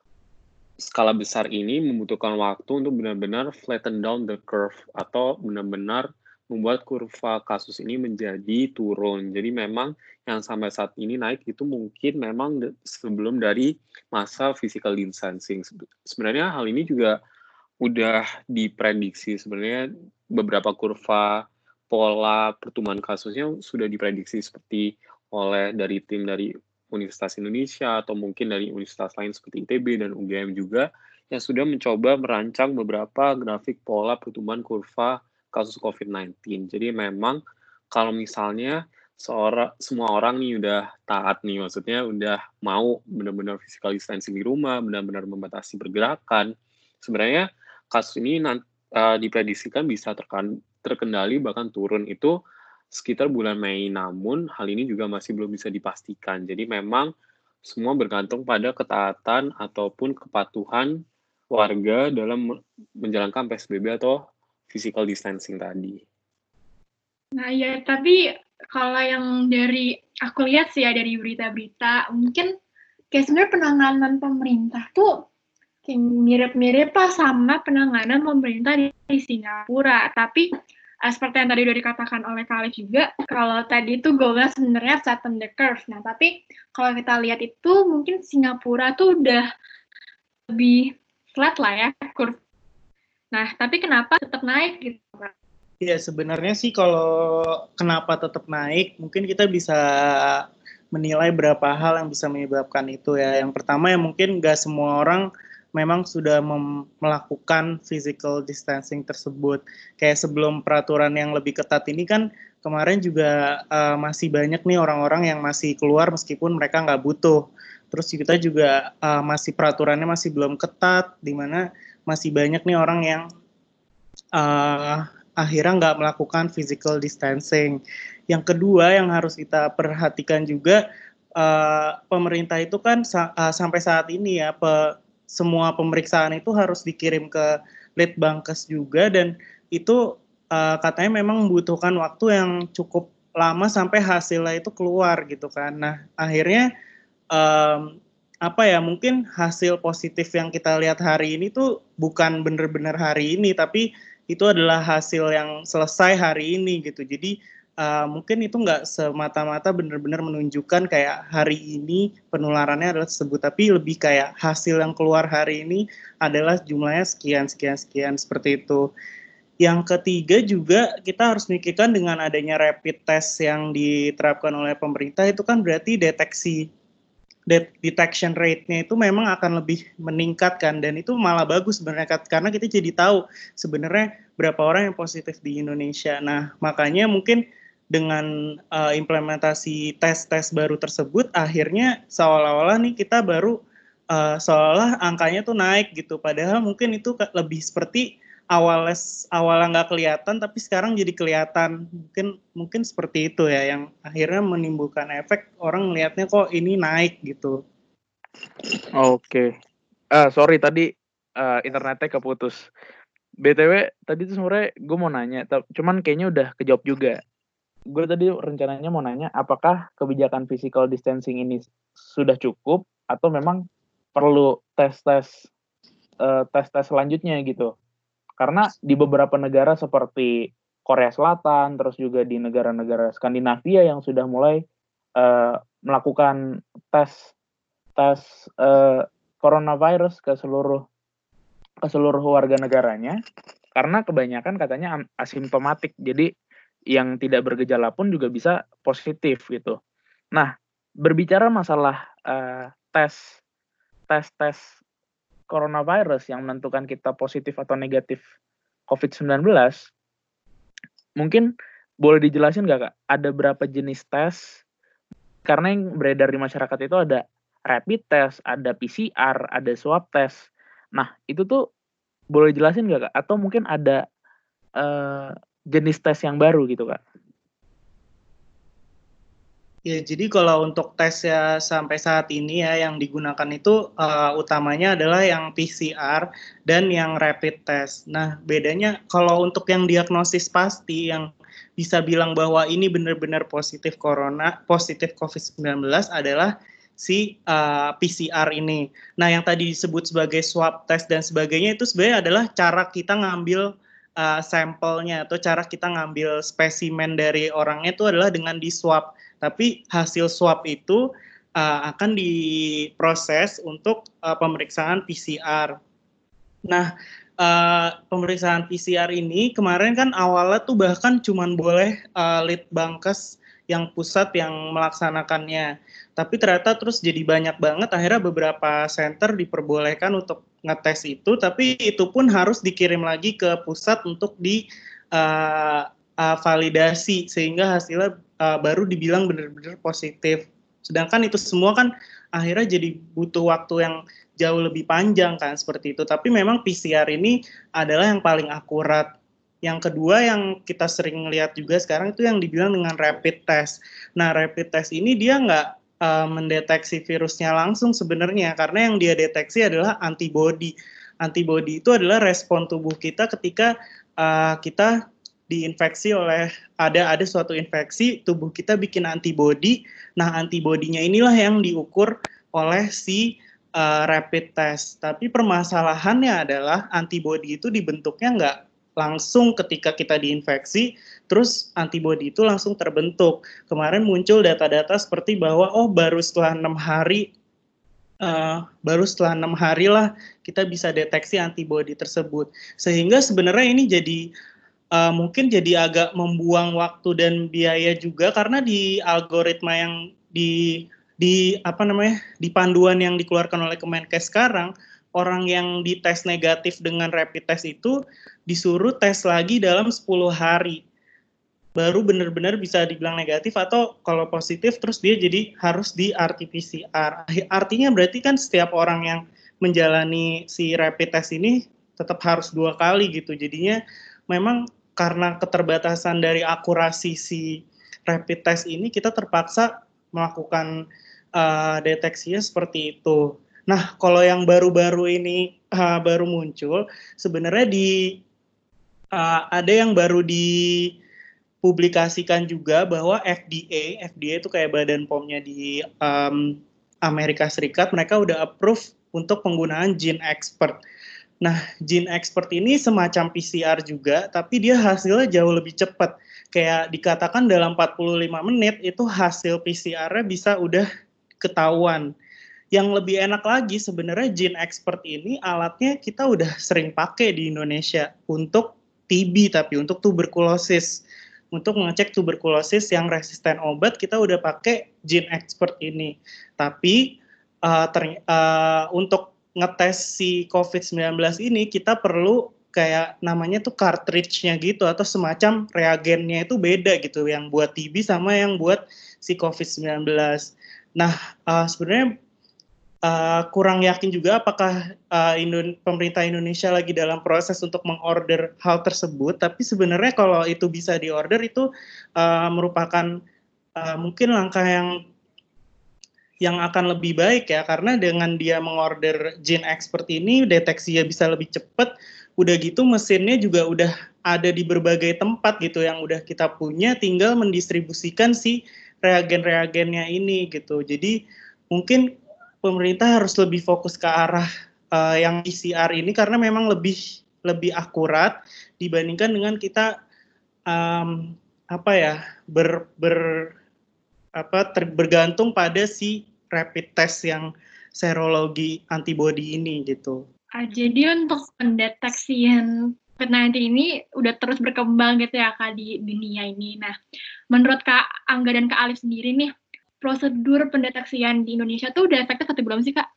skala besar ini membutuhkan waktu untuk benar-benar flatten down the curve, atau benar-benar membuat kurva kasus ini menjadi turun. Jadi memang yang sampai saat ini naik itu mungkin memang sebelum dari masa physical distancing. Sebenarnya hal ini juga udah diprediksi. Sebenarnya beberapa kurva pola pertumbuhan kasusnya sudah diprediksi seperti oleh dari tim dari Universitas Indonesia atau mungkin dari universitas lain seperti ITB dan UGM juga yang sudah mencoba merancang beberapa grafik pola pertumbuhan kurva kasus COVID-19. Jadi memang kalau misalnya semua orang nih udah taat nih, maksudnya udah mau benar-benar physical distancing di rumah, benar-benar membatasi pergerakan, sebenarnya kasus ini diprediksikan bisa terkendali bahkan turun itu sekitar bulan Mei, namun hal ini juga masih belum bisa dipastikan. Jadi memang semua bergantung pada ketaatan ataupun kepatuhan warga dalam menjalankan PSBB atau physical distancing tadi. Nah ya, tapi kalau yang dari aku lihat sih ya dari berita-berita, mungkin kayak sebenarnya penanganan pemerintah tuh kayak mirip-mirip lah sama penanganan pemerintah di Singapura. Tapi seperti yang tadi udah dikatakan oleh Khalif juga, kalau tadi itu goalnya sebenarnya flatten the curve. Nah, tapi kalau kita lihat itu mungkin Singapura tuh udah lebih flat lah ya curve. Nah, tapi kenapa tetap naik gitu Kak? Ya sebenarnya sih kalau kenapa tetap naik, mungkin kita bisa menilai berapa hal yang bisa menyebabkan itu ya. Yang pertama ya mungkin nggak semua orang memang sudah melakukan physical distancing tersebut. Kayak sebelum peraturan yang lebih ketat ini kan kemarin juga masih banyak nih orang-orang yang masih keluar meskipun mereka nggak butuh. Terus kita juga masih peraturannya masih belum ketat, di mana masih banyak nih orang yang akhirnya nggak melakukan physical distancing. Yang kedua yang harus kita perhatikan juga, pemerintah itu kan sampai saat ini ya, semua pemeriksaan itu harus dikirim ke Litbangkes juga, dan itu katanya memang membutuhkan waktu yang cukup lama sampai hasilnya itu keluar gitu kan. Nah akhirnya mungkin hasil positif yang kita lihat hari ini tuh bukan benar-benar hari ini, tapi itu adalah hasil yang selesai hari ini gitu. Jadi mungkin itu nggak semata-mata benar-benar menunjukkan kayak hari ini penularannya adalah tersebut, tapi lebih kayak hasil yang keluar hari ini adalah jumlahnya sekian seperti itu. Yang ketiga juga kita harus mikirkan dengan adanya rapid test yang diterapkan oleh pemerintah, itu kan berarti detection rate-nya itu memang akan lebih meningkat kan, dan itu malah bagus sebenarnya karena kita jadi tahu sebenarnya berapa orang yang positif di Indonesia. Nah makanya mungkin dengan implementasi tes-tes baru tersebut akhirnya seolah-olah nih kita baru seolah angkanya tuh naik gitu, padahal mungkin itu lebih seperti awalnya nggak kelihatan tapi sekarang jadi kelihatan, mungkin seperti itu ya yang akhirnya menimbulkan efek orang melihatnya kok ini naik gitu. Oke. Sorry tadi internetnya keputus. BTW tadi tuh sebenarnya gue mau nanya, cuman kayaknya udah kejawab juga. Gue tadi rencananya mau nanya apakah kebijakan physical distancing ini sudah cukup atau memang perlu tes-tes selanjutnya gitu. Karena di beberapa negara seperti Korea Selatan, terus juga di negara-negara Skandinavia yang sudah mulai melakukan tes coronavirus ke seluruh warga negaranya, karena kebanyakan katanya asimptomatik, jadi yang tidak bergejala pun juga bisa positif gitu. Nah, berbicara masalah tes coronavirus yang menentukan kita positif atau negatif COVID-19, mungkin boleh dijelasin nggak Kak, ada berapa jenis tes? Karena yang beredar di masyarakat itu ada rapid test, ada PCR, ada swab test. Nah, itu tuh boleh jelasin nggak Kak? Atau mungkin ada jenis tes yang baru gitu Kak? Ya, jadi kalau untuk tes ya sampai saat ini ya yang digunakan itu utamanya adalah yang PCR dan yang rapid test. Nah, bedanya kalau untuk yang diagnosis pasti yang bisa bilang bahwa ini benar-benar positif COVID-19 adalah si PCR ini. Nah, yang tadi disebut sebagai swab test dan sebagainya itu sebenarnya adalah cara kita ngambil sampelnya atau cara kita ngambil spesimen dari orangnya itu adalah dengan di swab. Tapi hasil swab itu akan diproses untuk pemeriksaan PCR. Nah, pemeriksaan PCR ini kemarin kan awalnya tuh bahkan cuma boleh Litbangkes yang pusat yang melaksanakannya. Tapi ternyata terus jadi banyak banget, akhirnya beberapa center diperbolehkan untuk ngetes itu, tapi itu pun harus dikirim lagi ke pusat untuk di validasi, sehingga hasilnya baru dibilang benar-benar positif. Sedangkan itu semua kan akhirnya jadi butuh waktu yang jauh lebih panjang kan seperti itu. Tapi memang PCR ini adalah yang paling akurat. Yang kedua yang kita sering lihat juga sekarang itu yang dibilang dengan rapid test. Nah, rapid test ini dia nggak mendeteksi virusnya langsung sebenarnya, karena yang dia deteksi adalah antibody. Antibody itu adalah respon tubuh kita ketika kita diinfeksi oleh ada suatu infeksi, tubuh kita bikin antibody. Nah, antibodinya inilah yang diukur oleh si rapid test. Tapi permasalahannya adalah antibody itu dibentuknya nggak langsung ketika kita diinfeksi, terus antibody itu langsung terbentuk. Kemarin muncul data-data seperti bahwa baru setelah 6 hari lah kita bisa deteksi antibody tersebut. Sehingga sebenarnya ini jadi mungkin jadi agak membuang waktu dan biaya juga, karena di algoritma yang di panduan yang dikeluarkan oleh Kemenkes sekarang, orang yang dites negatif dengan rapid test itu disuruh tes lagi dalam 10 hari. Baru benar-benar bisa dibilang negatif, atau kalau positif terus dia jadi harus di RT-PCR. Artinya berarti kan setiap orang yang menjalani si rapid test ini tetap harus 2 kali gitu. Jadinya memang karena keterbatasan dari akurasi si rapid test ini, kita terpaksa melakukan deteksinya seperti itu. Nah, kalau yang baru-baru ini baru muncul, sebenarnya ada yang baru dipublikasikan juga bahwa FDA itu kayak badan POM-nya di Amerika Serikat, mereka udah approve untuk penggunaan GeneXpert. Nah, GeneXpert ini semacam PCR juga, tapi dia hasilnya jauh lebih cepat. Kayak dikatakan dalam 45 menit itu hasil PCR-nya bisa udah ketahuan. Yang lebih enak lagi sebenarnya GeneXpert ini alatnya kita udah sering pakai di Indonesia untuk TB, tapi untuk tuberkulosis. Untuk mengecek tuberkulosis yang resisten obat, kita udah pakai GeneXpert ini. Tapi untuk ngetes si COVID-19 ini kita perlu kayak namanya tuh cartridge-nya gitu, atau semacam reagennya itu beda gitu, yang buat TB sama yang buat si COVID-19. Nah, sebenarnya kurang yakin juga apakah pemerintah Indonesia lagi dalam proses untuk mengorder hal tersebut, tapi sebenarnya kalau itu bisa diorder itu merupakan mungkin langkah yang akan lebih baik ya, karena dengan dia mengorder GeneXpert ini deteksinya bisa lebih cepat, udah gitu mesinnya juga udah ada di berbagai tempat gitu yang udah kita punya, tinggal mendistribusikan si reagen-reagennya ini gitu. Jadi mungkin pemerintah harus lebih fokus ke arah yang PCR ini, karena memang lebih akurat dibandingkan dengan kita apa ya bergantung pada si rapid test yang serologi antibody ini gitu. Jadi untuk pendeteksian COVID-19 ini udah terus berkembang gitu ya Kak di dunia ini. Nah, menurut Kak Angga dan Kak Alif sendiri nih, prosedur pendeteksian di Indonesia tuh udah efektif atau belum sih Kak?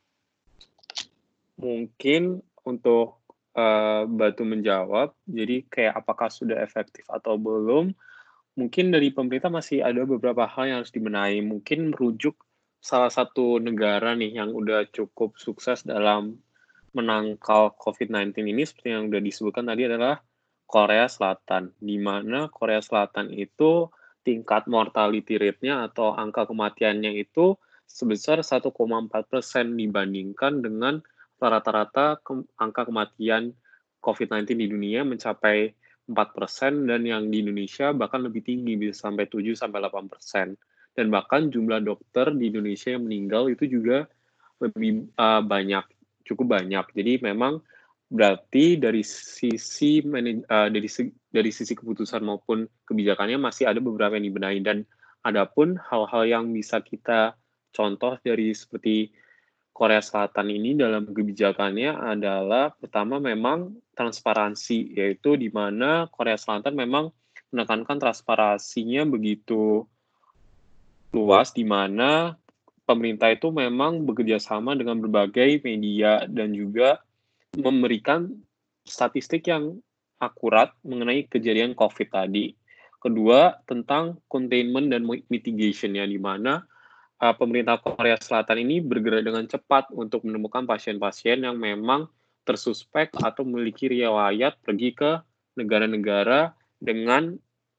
Mungkin untuk Batu menjawab, jadi kayak apakah sudah efektif atau belum, mungkin dari pemerintah masih ada beberapa hal yang harus dibenahi. Mungkin merujuk salah satu negara nih yang udah cukup sukses dalam menangkal COVID-19 ini, seperti yang udah disebutkan tadi adalah Korea Selatan, di mana Korea Selatan itu tingkat mortality rate-nya atau angka kematiannya itu sebesar 1,4% dibandingkan dengan rata-rata angka kematian COVID-19 di dunia mencapai 4%, dan yang di Indonesia bahkan lebih tinggi, bisa sampai 7-8%. Dan bahkan jumlah dokter di Indonesia yang meninggal itu juga lebih banyak, cukup banyak. Jadi memang berarti dari sisi keputusan maupun kebijakannya masih ada beberapa yang dibenahi, dan adapun hal-hal yang bisa kita contoh dari seperti Korea Selatan ini dalam kebijakannya adalah pertama memang transparansi, yaitu di mana Korea Selatan memang menekankan transparansinya begitu luas, di mana pemerintah itu memang bekerja sama dengan berbagai media dan juga memberikan statistik yang akurat mengenai kejadian COVID tadi. Kedua, tentang containment dan mitigation, ya, di mana pemerintah Korea Selatan ini bergerak dengan cepat untuk menemukan pasien-pasien yang memang tersuspek atau memiliki riwayat pergi ke negara-negara dengan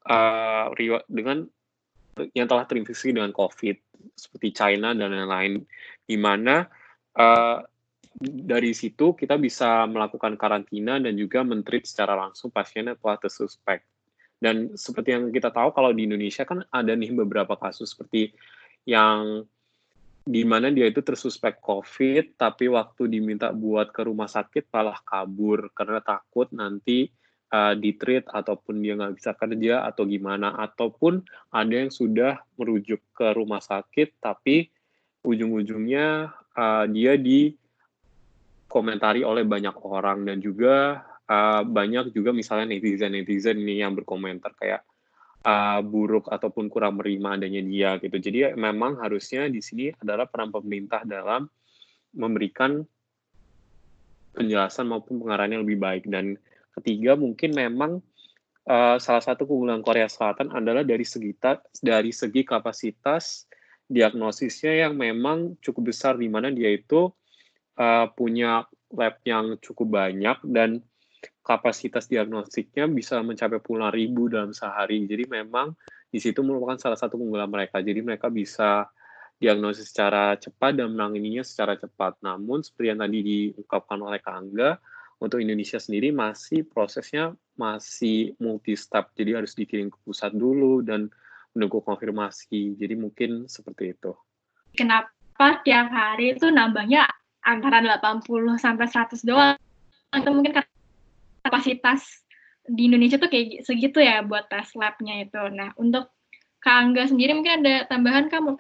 yang telah terinfeksi dengan COVID, seperti China dan lain-lain, di mana dari situ kita bisa melakukan karantina dan juga men-treat secara langsung pasien yang telah tersuspek. Dan seperti yang kita tahu, kalau di Indonesia kan ada nih beberapa kasus seperti yang di mana dia itu tersuspek COVID, tapi waktu diminta buat ke rumah sakit malah kabur karena takut nanti di-treat ataupun dia nggak bisa kerja atau gimana, ataupun ada yang sudah merujuk ke rumah sakit tapi ujung-ujungnya dia dikomentari oleh banyak orang, dan juga banyak juga misalnya netizen ini yang berkomentar kayak buruk ataupun kurang menerima adanya dia gitu. Jadi memang harusnya di sini adalah peran pemerintah dalam memberikan penjelasan maupun pengarahan yang lebih baik. Dan ketiga, mungkin memang salah satu keunggulan Korea Selatan adalah dari segi kapasitas diagnosisnya yang memang cukup besar, di mana dia itu punya lab yang cukup banyak dan kapasitas diagnostiknya bisa mencapai puluhan ribu dalam sehari. Jadi memang di situ merupakan salah satu keunggulan mereka. Jadi mereka bisa diagnosis secara cepat dan menanganinya secara cepat. Namun seperti yang tadi diungkapkan oleh Kak Angga, untuk Indonesia sendiri prosesnya masih multi-step. Jadi harus dikirim ke pusat dulu dan menunggu konfirmasi. Jadi mungkin seperti itu. Kenapa tiap hari itu nambahnya antara 80-100 doang? Atau mungkin kapasitas di Indonesia tuh kayak segitu ya buat tes lab-nya itu. Nah, untuk Kak Angga sendiri mungkin ada tambahan Kak?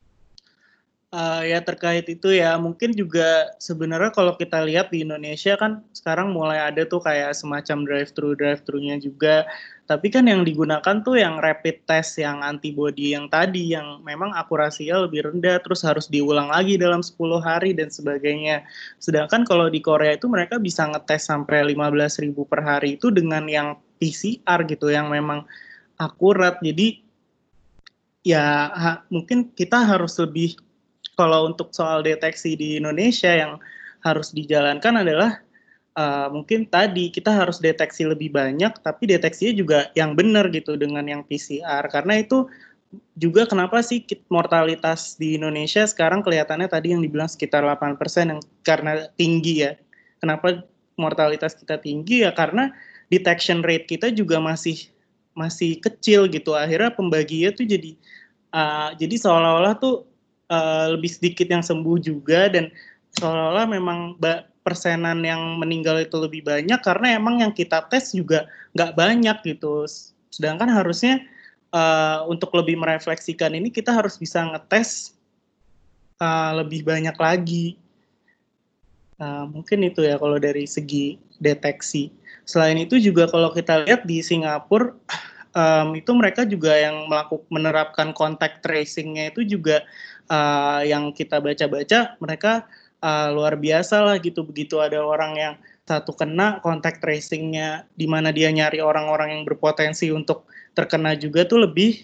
Ya terkait itu ya, mungkin juga sebenarnya kalau kita lihat di Indonesia kan sekarang mulai ada tuh kayak semacam drive-thru-nya juga. Tapi kan yang digunakan tuh yang rapid test, yang antibody yang tadi, yang memang akurasinya lebih rendah, terus harus diulang lagi dalam 10 hari dan sebagainya. Sedangkan kalau di Korea itu mereka bisa ngetes sampai 15.000 per hari itu dengan yang PCR gitu, yang memang akurat. Jadi ya mungkin kita harus lebih, kalau untuk soal deteksi di Indonesia yang harus dijalankan adalah mungkin tadi kita harus deteksi lebih banyak, tapi deteksinya juga yang benar gitu dengan yang PCR. Karena itu juga kenapa sih mortalitas di Indonesia sekarang kelihatannya tadi yang dibilang sekitar 8% yang karena tinggi ya. Kenapa mortalitas kita tinggi ya? Karena detection rate kita juga masih kecil gitu. Akhirnya pembagiannya tuh jadi seolah-olah tuh lebih sedikit yang sembuh juga, dan seolah-olah memang persenan yang meninggal itu lebih banyak karena emang yang kita tes juga nggak banyak gitu. Sedangkan harusnya untuk lebih merefleksikan ini kita harus bisa ngetes lebih banyak lagi. Mungkin itu ya kalau dari segi deteksi. Selain itu juga kalau kita lihat di Singapura, itu mereka juga yang menerapkan contact tracing-nya itu juga yang kita baca-baca, mereka luar biasa lah gitu. Begitu ada orang yang satu kena, contact tracing-nya di mana dia nyari orang-orang yang berpotensi untuk terkena juga tuh lebih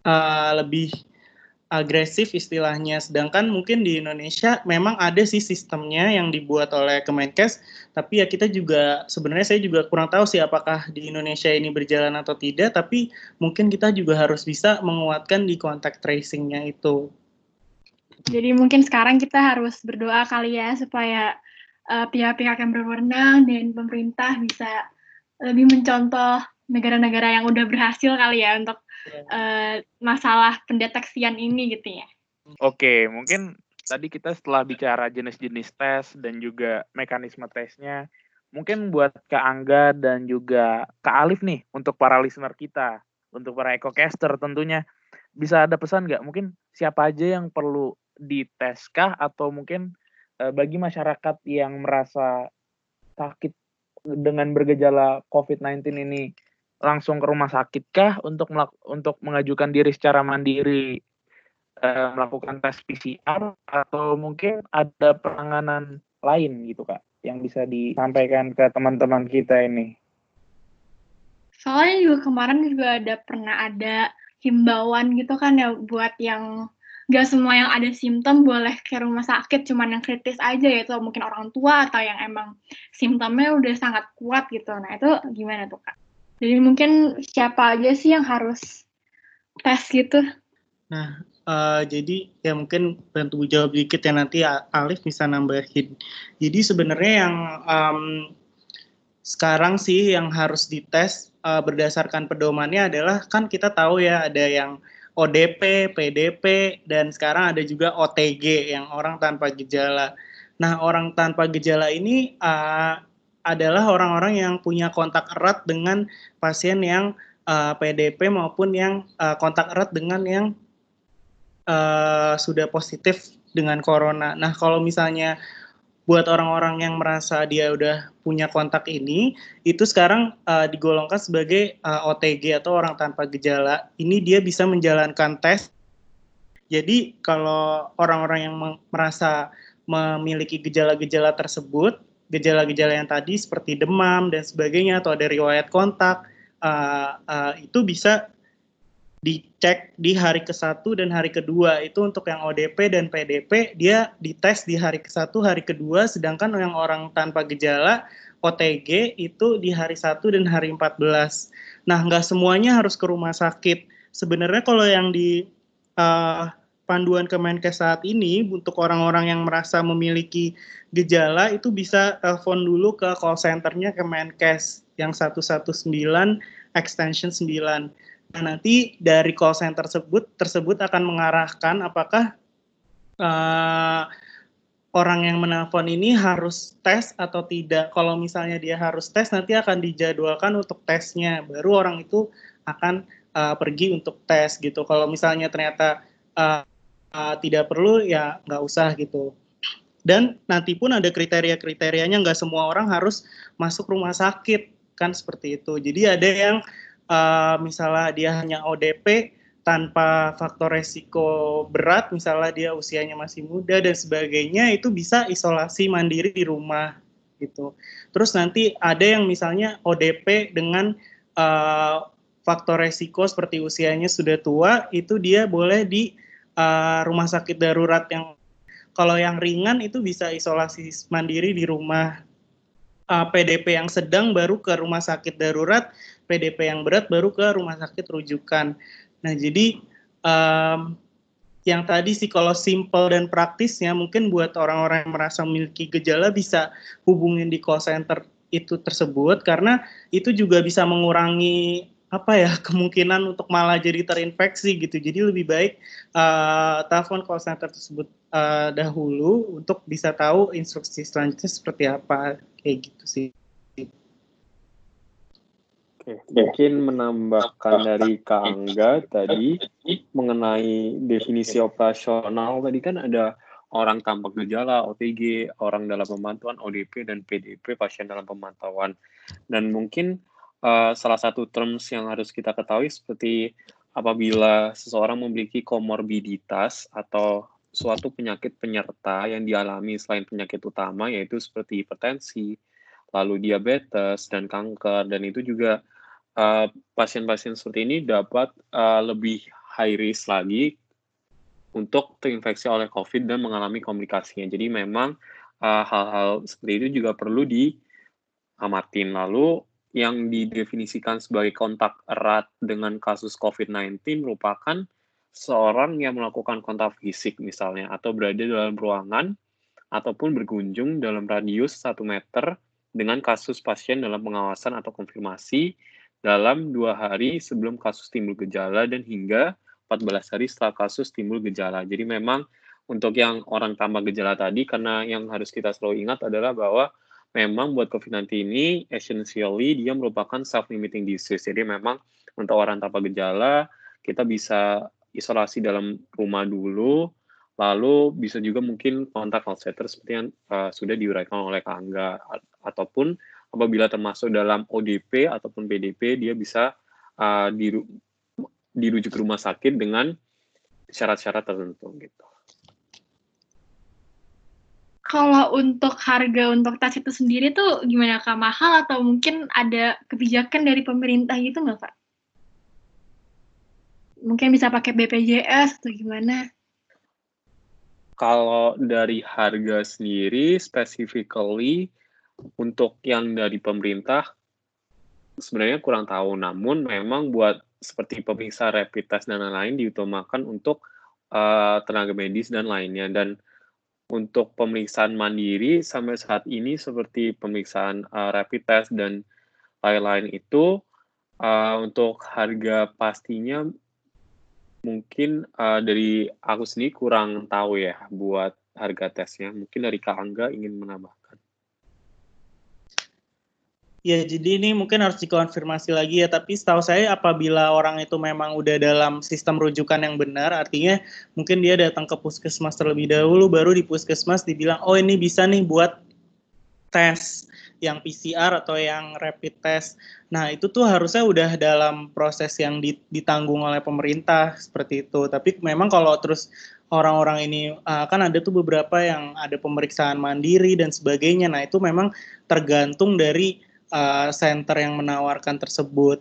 agresif istilahnya. Sedangkan mungkin di Indonesia memang ada sih sistemnya yang dibuat oleh Kemenkes, tapi ya kita juga sebenarnya saya juga kurang tahu sih apakah di Indonesia ini berjalan atau tidak, tapi mungkin kita juga harus bisa menguatkan di contact tracing-nya itu. Jadi mungkin sekarang kita harus berdoa kali ya supaya pihak-pihak yang berwenang dan pemerintah bisa lebih mencontoh negara-negara yang udah berhasil kali ya untuk masalah pendeteksian ini gitu ya. Oke, mungkin tadi kita setelah bicara jenis-jenis tes dan juga mekanisme tesnya, mungkin buat Kak Angga dan juga Kak Alif nih, untuk para listener kita, untuk para ekocaster tentunya, bisa ada pesan nggak? Mungkin siapa aja yang perlu dites kah? Atau mungkin bagi masyarakat yang merasa sakit dengan bergejala COVID-19 ini, langsung ke rumah sakit kah untuk mengajukan diri secara mandiri, melakukan tes PCR, atau mungkin ada penanganan lain gitu Kak yang bisa disampaikan ke teman-teman kita ini? Soalnya juga kemarin juga pernah ada himbauan gitu kan ya buat yang nggak semua yang ada simptom boleh ke rumah sakit, cuman yang kritis aja, yaitu mungkin orang tua atau yang emang simptomnya udah sangat kuat gitu. Nah itu gimana tuh Kak? Jadi mungkin siapa aja sih yang harus tes gitu? Nah, jadi ya mungkin bantu jawab dikit ya, nanti Alif bisa nambahin. Jadi sebenarnya yang sekarang sih yang harus dites berdasarkan pedomannya adalah, kan kita tahu ya ada yang ODP, PDP, dan sekarang ada juga OTG yang orang tanpa gejala. Nah, orang tanpa gejala ini adalah orang-orang yang punya kontak erat dengan pasien yang PDP maupun yang kontak erat dengan yang sudah positif dengan corona. Nah, kalau misalnya buat orang-orang yang merasa dia udah punya kontak ini, itu sekarang digolongkan sebagai OTG atau orang tanpa gejala. Ini dia bisa menjalankan tes. Jadi kalau orang-orang yang merasa memiliki gejala-gejala tersebut, gejala-gejala yang tadi seperti demam dan sebagainya, atau ada riwayat kontak, itu bisa dicek di hari ke-1 dan hari ke-2. Itu untuk yang ODP dan PDP, dia dites di hari ke-1, hari ke-2, sedangkan yang orang tanpa gejala, OTG, itu di hari 1 dan hari 14. Nah, nggak semuanya harus ke rumah sakit. Sebenarnya kalau yang di panduan Kemenkes saat ini, untuk orang-orang yang merasa memiliki gejala, itu bisa telepon dulu ke call center-nya Kemenkes, yang 119 extension 9. Nah, nanti dari call center tersebut akan mengarahkan apakah orang yang menelpon ini harus tes atau tidak. Kalau misalnya dia harus tes, nanti akan dijadwalkan untuk tesnya. Baru orang itu akan pergi untuk tes gitu. Kalau misalnya ternyata tidak perlu, ya nggak usah gitu. Dan nanti pun ada kriteria-kriterianya, nggak semua orang harus masuk rumah sakit, kan seperti itu. Jadi ada yang misalnya dia hanya ODP tanpa faktor resiko berat, misalnya dia usianya masih muda dan sebagainya, itu bisa isolasi mandiri di rumah gitu. Terus nanti ada yang misalnya ODP dengan faktor resiko seperti usianya sudah tua, itu dia boleh di rumah sakit darurat. Yang kalau yang ringan itu bisa isolasi mandiri di rumah. PDP yang sedang baru ke rumah sakit darurat, PDP yang berat baru ke rumah sakit rujukan. Nah, jadi yang tadi sih kalau simple dan praktisnya, mungkin buat orang-orang yang merasa memiliki gejala bisa hubungin di call center itu tersebut, karena itu juga bisa mengurangi kemungkinan untuk malah jadi terinfeksi gitu. Jadi lebih baik telepon call center tersebut dahulu untuk bisa tahu instruksi selanjutnya seperti apa, kayak gitu sih. Oke, mungkin menambahkan dari Kak Angga tadi mengenai definisi operasional tadi kan ada orang tanpa gejala, OTG, orang dalam pemantauan, ODP, dan PDP, pasien dalam pemantauan. Dan mungkin salah satu terms yang harus kita ketahui seperti apabila seseorang memiliki komorbiditas atau suatu penyakit penyerta yang dialami selain penyakit utama, yaitu seperti hipertensi, lalu diabetes, dan kanker, dan itu juga pasien-pasien seperti ini dapat lebih high risk lagi untuk terinfeksi oleh COVID dan mengalami komplikasinya. Jadi memang hal-hal seperti itu juga perlu diamatin. Lalu yang didefinisikan sebagai kontak erat dengan kasus COVID-19 merupakan seorang yang melakukan kontak fisik misalnya, atau berada dalam ruangan, ataupun berkunjung dalam radius 1 meter dengan kasus pasien dalam pengawasan atau konfirmasi dalam 2 hari sebelum kasus timbul gejala dan hingga 14 hari setelah kasus timbul gejala. Jadi memang untuk yang orang tanpa gejala tadi, karena yang harus kita selalu ingat adalah bahwa memang buat COVID-19 ini essentially dia merupakan self-limiting disease. Jadi memang untuk orang tanpa gejala kita bisa isolasi dalam rumah dulu, lalu bisa juga mungkin kontak call-center seperti yang sudah diuraikan oleh Kak Angga, ataupun apabila termasuk dalam ODP ataupun PDP, dia bisa dirujuk ke rumah sakit dengan syarat-syarat tertentu gitu. Kalau untuk harga untuk tes itu sendiri tuh gimana Kak? Mahal atau mungkin ada kebijakan dari pemerintah gitu nggak Kak? Mungkin bisa pakai BPJS atau gimana? Kalau dari harga sendiri, specifically untuk yang dari pemerintah, sebenarnya kurang tahu. Namun memang buat seperti pemeriksaan rapid test dan lain-lain diutamakan untuk tenaga medis dan lainnya. Dan untuk pemeriksaan mandiri sampai saat ini seperti pemeriksaan rapid test dan lain-lain itu untuk harga pastinya mungkin dari aku sendiri kurang tahu ya buat harga tesnya. Mungkin dari Kak Angga ingin menambahkan. Ya, jadi ini mungkin harus dikonfirmasi lagi ya, tapi setahu saya apabila orang itu memang udah dalam sistem rujukan yang benar, artinya mungkin dia datang ke puskesmas terlebih dahulu, baru di puskesmas dibilang, oh ini bisa nih buat tes yang PCR atau yang rapid test. Nah, itu tuh harusnya udah dalam proses yang ditanggung oleh pemerintah, seperti itu. Tapi memang kalau terus orang-orang ini, kan ada tuh beberapa yang ada pemeriksaan mandiri dan sebagainya, nah itu memang tergantung dari center yang menawarkan tersebut.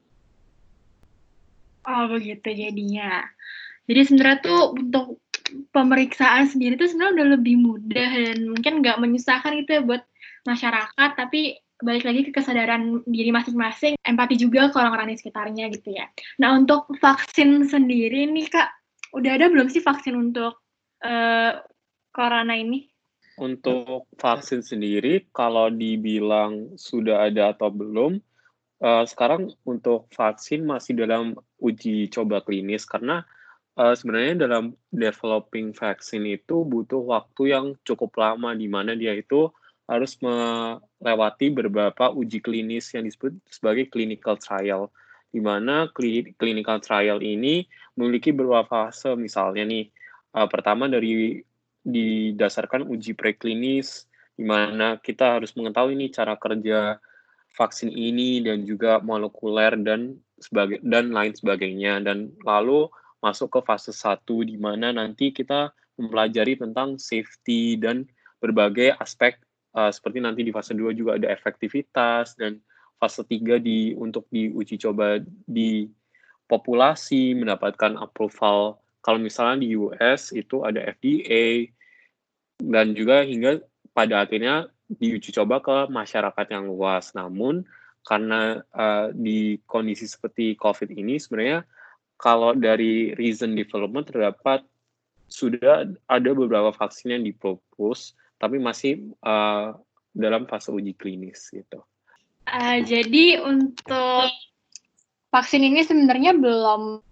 Oh begitu jadinya. Jadi sebenarnya tuh untuk pemeriksaan sendiri tuh sebenarnya udah lebih mudah dan mungkin nggak menyusahkan gitu ya buat masyarakat, tapi balik lagi ke kesadaran diri masing-masing, empati juga ke orang-orang di sekitarnya gitu ya. Nah untuk vaksin sendiri nih Kak, udah ada belum sih vaksin untuk corona ini? Untuk vaksin sendiri, kalau dibilang sudah ada atau belum, sekarang untuk vaksin masih dalam uji coba klinis karena sebenarnya dalam developing vaksin itu butuh waktu yang cukup lama di mana dia itu harus melewati beberapa uji klinis yang disebut sebagai clinical trial, di mana clinical trial ini memiliki beberapa fase. Misalnya nih, pertama didasarkan uji preklinis, di mana kita harus mengetahui nih cara kerja vaksin ini dan juga molekuler dan lain sebagainya. Dan lalu masuk ke fase 1 di mana nanti kita mempelajari tentang safety dan berbagai aspek seperti nanti di fase 2 juga ada efektivitas, dan fase 3 untuk diuji coba di populasi mendapatkan approval. Kalau misalnya di US itu ada FDA, dan juga hingga pada akhirnya diuji coba ke masyarakat yang luas. Namun karena di kondisi seperti COVID ini sebenarnya kalau dari recent development terdapat sudah ada beberapa vaksin yang dipropose, tapi masih dalam fase uji klinis gitu. Jadi untuk vaksin ini sebenarnya belum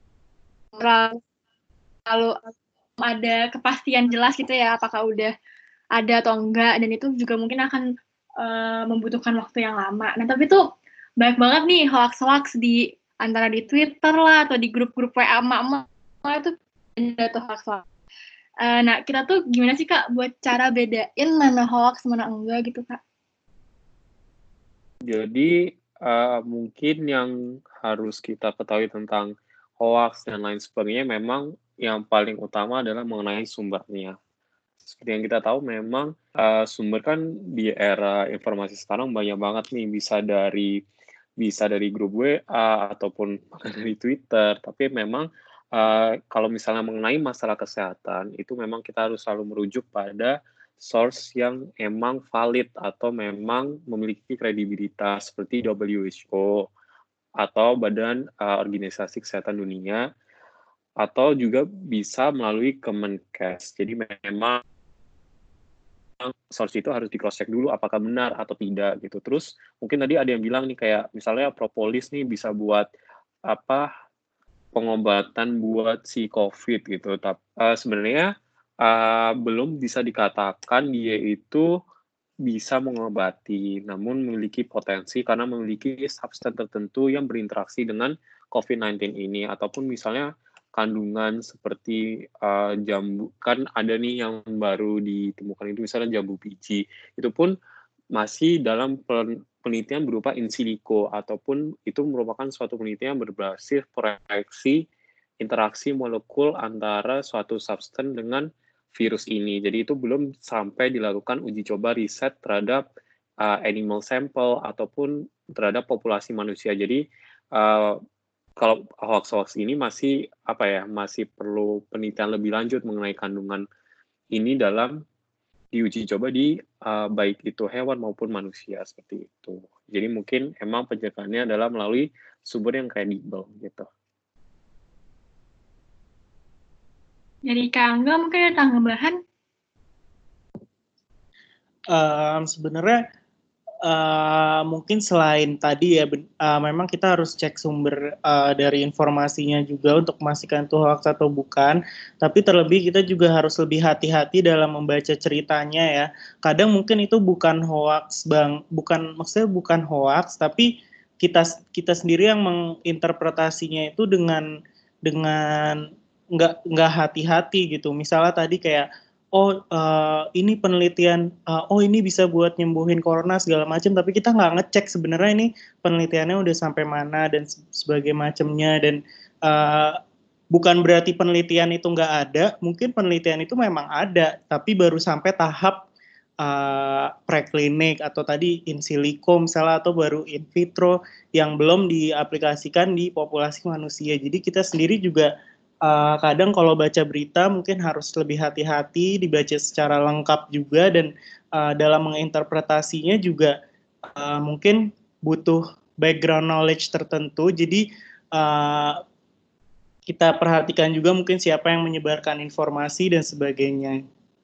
terlalu ada kepastian jelas gitu ya, apakah udah ada atau enggak, dan itu juga mungkin akan membutuhkan waktu yang lama. Nah, tapi tuh banyak banget nih hoax-hoax di antara di Twitter lah atau di grup-grup WA emak-emak itu ada tuh hoax-hoax. Nah, kita tuh gimana sih Kak buat cara bedain mana hoax mana enggak gitu Kak? Jadi mungkin yang harus kita ketahui tentang hoax dan lain sebagainya memang yang paling utama adalah mengenai sumbernya. Seperti yang kita tahu memang sumber kan di era informasi sekarang banyak banget nih, bisa dari grup WA ataupun dari Twitter. Tapi memang kalau misalnya mengenai masalah kesehatan itu memang kita harus selalu merujuk pada source yang emang valid atau memang memiliki kredibilitas seperti WHO atau Badan Organisasi Kesehatan Dunia atau juga bisa melalui Kemenkes. Jadi memang source itu harus di cross check dulu apakah benar atau tidak gitu. Terus mungkin tadi ada yang bilang nih kayak misalnya propolis nih bisa buat apa pengobatan buat si COVID gitu. Tapi sebenarnya belum bisa dikatakan dia itu bisa mengobati, namun memiliki potensi karena memiliki substan tertentu yang berinteraksi dengan COVID-19 ini, ataupun misalnya kandungan seperti jambu, kan ada nih yang baru ditemukan itu misalnya jambu biji, itu pun masih dalam penelitian berupa in silico, ataupun itu merupakan suatu penelitian berbasis proyeksi interaksi molekul antara suatu substan dengan virus ini. Jadi itu belum sampai dilakukan uji coba riset terhadap animal sample ataupun terhadap populasi manusia. Jadi kalau hoax-hoax ini masih masih perlu penelitian lebih lanjut mengenai kandungan ini dalam diuji coba di baik itu hewan maupun manusia seperti itu. Jadi mungkin emang pencegahannya adalah melalui sumber yang kredibel gitu. Dari Kak Angga mungkin ada tambahan? Sebenarnya mungkin selain tadi ya, memang kita harus cek sumber dari informasinya juga untuk memastikan itu hoax atau bukan. Tapi terlebih kita juga harus lebih hati-hati dalam membaca ceritanya ya. Kadang mungkin itu bukan hoax, maksudnya bukan hoax, tapi kita sendiri yang menginterpretasinya itu dengan nggak hati-hati gitu. Misalnya tadi kayak ini penelitian, ini bisa buat nyembuhin corona segala macam, tapi kita nggak ngecek sebenarnya ini penelitiannya udah sampai mana dan sebagainya macamnya. Dan bukan berarti penelitian itu nggak ada, mungkin penelitian itu memang ada, tapi baru sampai tahap preklinik atau tadi in silico misalnya, atau baru in vitro yang belum diaplikasikan di populasi manusia. Jadi kita sendiri juga kadang kalau baca berita mungkin harus lebih hati-hati, dibaca secara lengkap juga, dan dalam menginterpretasinya juga mungkin butuh background knowledge tertentu. Jadi kita perhatikan juga mungkin siapa yang menyebarkan informasi dan sebagainya.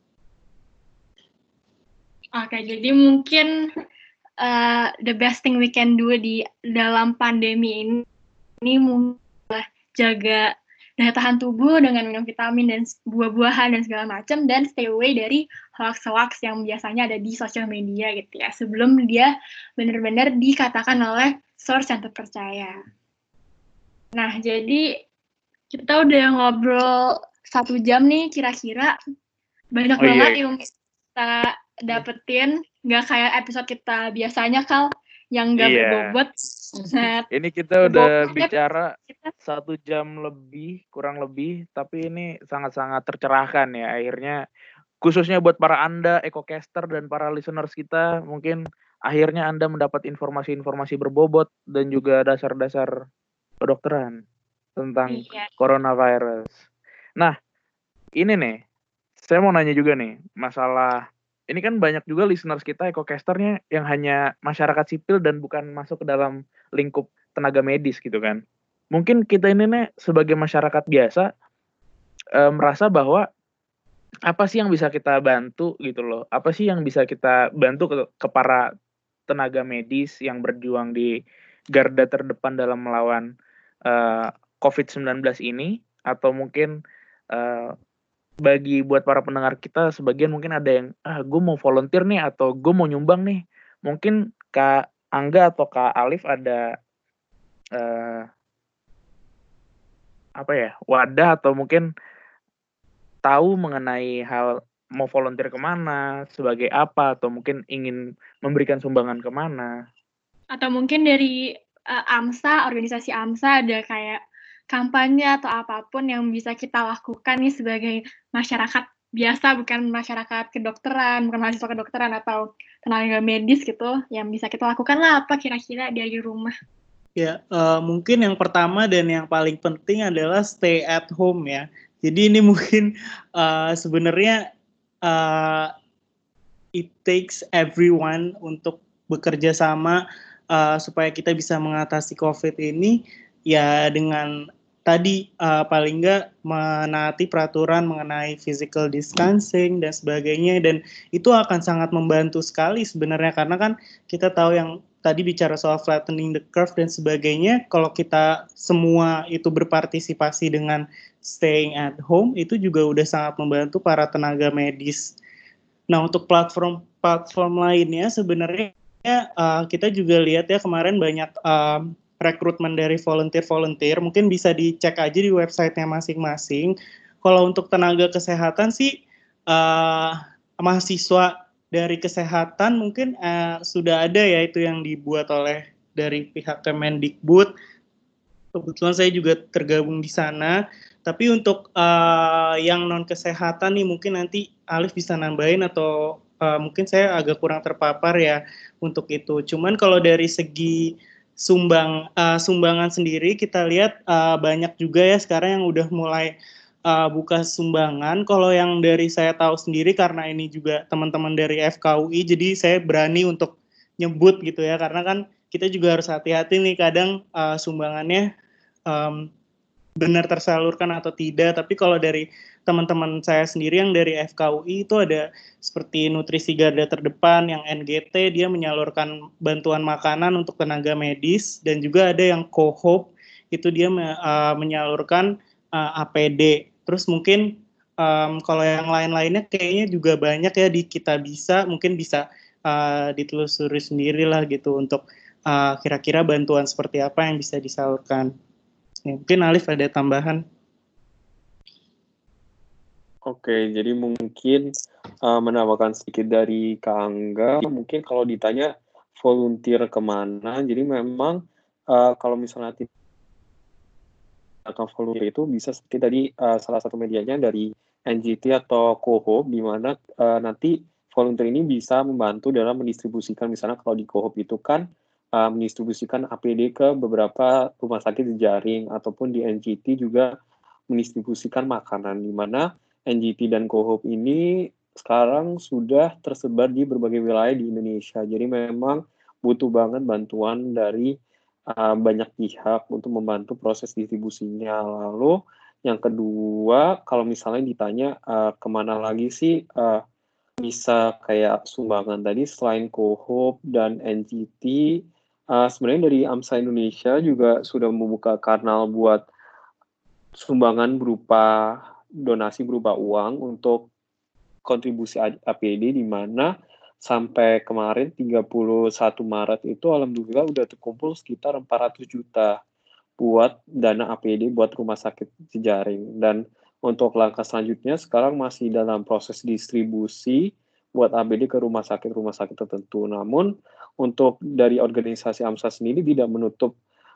Oke, jadi mungkin the best thing we can do di dalam pandemi ini mungkin jaga daya tahan tubuh dengan minum vitamin dan buah-buahan dan segala macam, dan stay away dari hoax-hoax yang biasanya ada di sosial media gitu ya, sebelum dia benar-benar dikatakan oleh source yang terpercaya. Nah, jadi kita udah ngobrol 1 jam nih kira-kira. Banyak banget yang kita dapetin, nggak kayak episode kita biasanya Kal, yang nggak berbobot. Nah, ini kita udah bicara 1 jam lebih, kurang lebih, tapi ini sangat-sangat tercerahkan ya akhirnya, khususnya buat para Anda Ecocaster dan para listeners kita, mungkin akhirnya Anda mendapat informasi-informasi berbobot dan juga dasar-dasar kedokteran tentang coronavirus. Nah, ini nih, saya mau nanya juga nih, masalah ini kan banyak juga listeners kita Ecocasternya yang hanya masyarakat sipil dan bukan masuk ke dalam lingkup tenaga medis gitu kan. Mungkin kita ini nih sebagai masyarakat biasa merasa bahwa apa sih yang bisa kita bantu gitu loh. Apa sih yang bisa kita bantu ke para tenaga medis yang berjuang di garda terdepan dalam melawan COVID-19 ini, atau mungkin bagi buat para pendengar kita sebagian mungkin ada yang gue mau volunteer nih atau gue mau nyumbang nih. Mungkin Kak Angga atau Kak Alif ada wadah atau mungkin tahu mengenai hal mau volunteer kemana, sebagai apa, atau mungkin ingin memberikan sumbangan kemana? Atau mungkin dari AMSA, organisasi AMSA ada kayak kampanye atau apapun yang bisa kita lakukan nih sebagai masyarakat biasa, bukan masyarakat kedokteran, bukan mahasiswa kedokteran atau tenaga medis gitu, yang bisa kita lakukan lah apa kira-kira dari rumah. Ya, mungkin yang pertama dan yang paling penting adalah stay at home ya. Jadi ini mungkin sebenarnya it takes everyone untuk bekerja sama supaya kita bisa mengatasi COVID ini ya dengan tadi paling nggak menaati peraturan mengenai physical distancing dan sebagainya, dan itu akan sangat membantu sekali sebenarnya karena kan kita tahu yang tadi bicara soal flattening the curve dan sebagainya, kalau kita semua itu berpartisipasi dengan staying at home itu juga udah sangat membantu para tenaga medis. Nah, untuk platform lainnya sebenarnya kita juga lihat ya kemarin banyak rekrutmen dari volunteer. Mungkin bisa dicek aja di websitenya masing-masing. Kalau untuk tenaga kesehatan sih mahasiswa dari kesehatan mungkin sudah ada ya itu yang dibuat oleh dari pihak Kemendikbud. Kebetulan saya juga tergabung di sana. Tapi untuk yang non kesehatan nih mungkin nanti Alif bisa nambahin atau mungkin saya agak kurang terpapar ya untuk itu. Cuman kalau dari segi sumbangan sendiri kita lihat banyak juga ya sekarang yang udah mulai buka sumbangan. Kalau yang dari saya tahu sendiri karena ini juga teman-teman dari FKUI, jadi saya berani untuk nyebut gitu ya karena kan kita juga harus hati-hati nih kadang sumbangannya benar tersalurkan atau tidak. Tapi kalau dari teman-teman saya sendiri yang dari FKUI itu ada seperti Nutrisi Garda Terdepan yang NGT, dia menyalurkan bantuan makanan untuk tenaga medis, dan juga ada yang CoHope itu dia menyalurkan APD. Terus mungkin kalau yang lain-lainnya kayaknya juga banyak ya di Kita Bisa, mungkin bisa ditelusuri sendiri lah gitu untuk kira-kira bantuan seperti apa yang bisa disalurkan. Mungkin Alif ada tambahan. Oke, jadi mungkin menambahkan sedikit dari Kak Angga, mungkin kalau ditanya volunteer kemana, jadi memang kalau misalnya akan volunteer itu bisa seperti tadi salah satu medianya dari NGT atau CoHope, di mana nanti volunteer ini bisa membantu dalam mendistribusikan, misalnya kalau di CoHope itu kan mendistribusikan APD ke beberapa rumah sakit jejaring, ataupun di NGT juga mendistribusikan makanan, di mana NGT dan CoHope ini sekarang sudah tersebar di berbagai wilayah di Indonesia. Jadi memang butuh banget bantuan dari banyak pihak untuk membantu proses distribusinya. Lalu yang kedua, kalau misalnya ditanya kemana lagi sih bisa kayak sumbangan tadi selain CoHope dan NGT, sebenarnya dari AMSA Indonesia juga sudah membuka kanal buat sumbangan berupa donasi berupa uang untuk kontribusi APD, di mana sampai kemarin 31 Maret itu alhamdulillah udah terkumpul sekitar 400 juta buat dana APD buat rumah sakit jejaring. Dan untuk langkah selanjutnya sekarang masih dalam proses distribusi buat APD ke rumah sakit tertentu. Namun untuk dari organisasi AMSA sendiri tidak menutup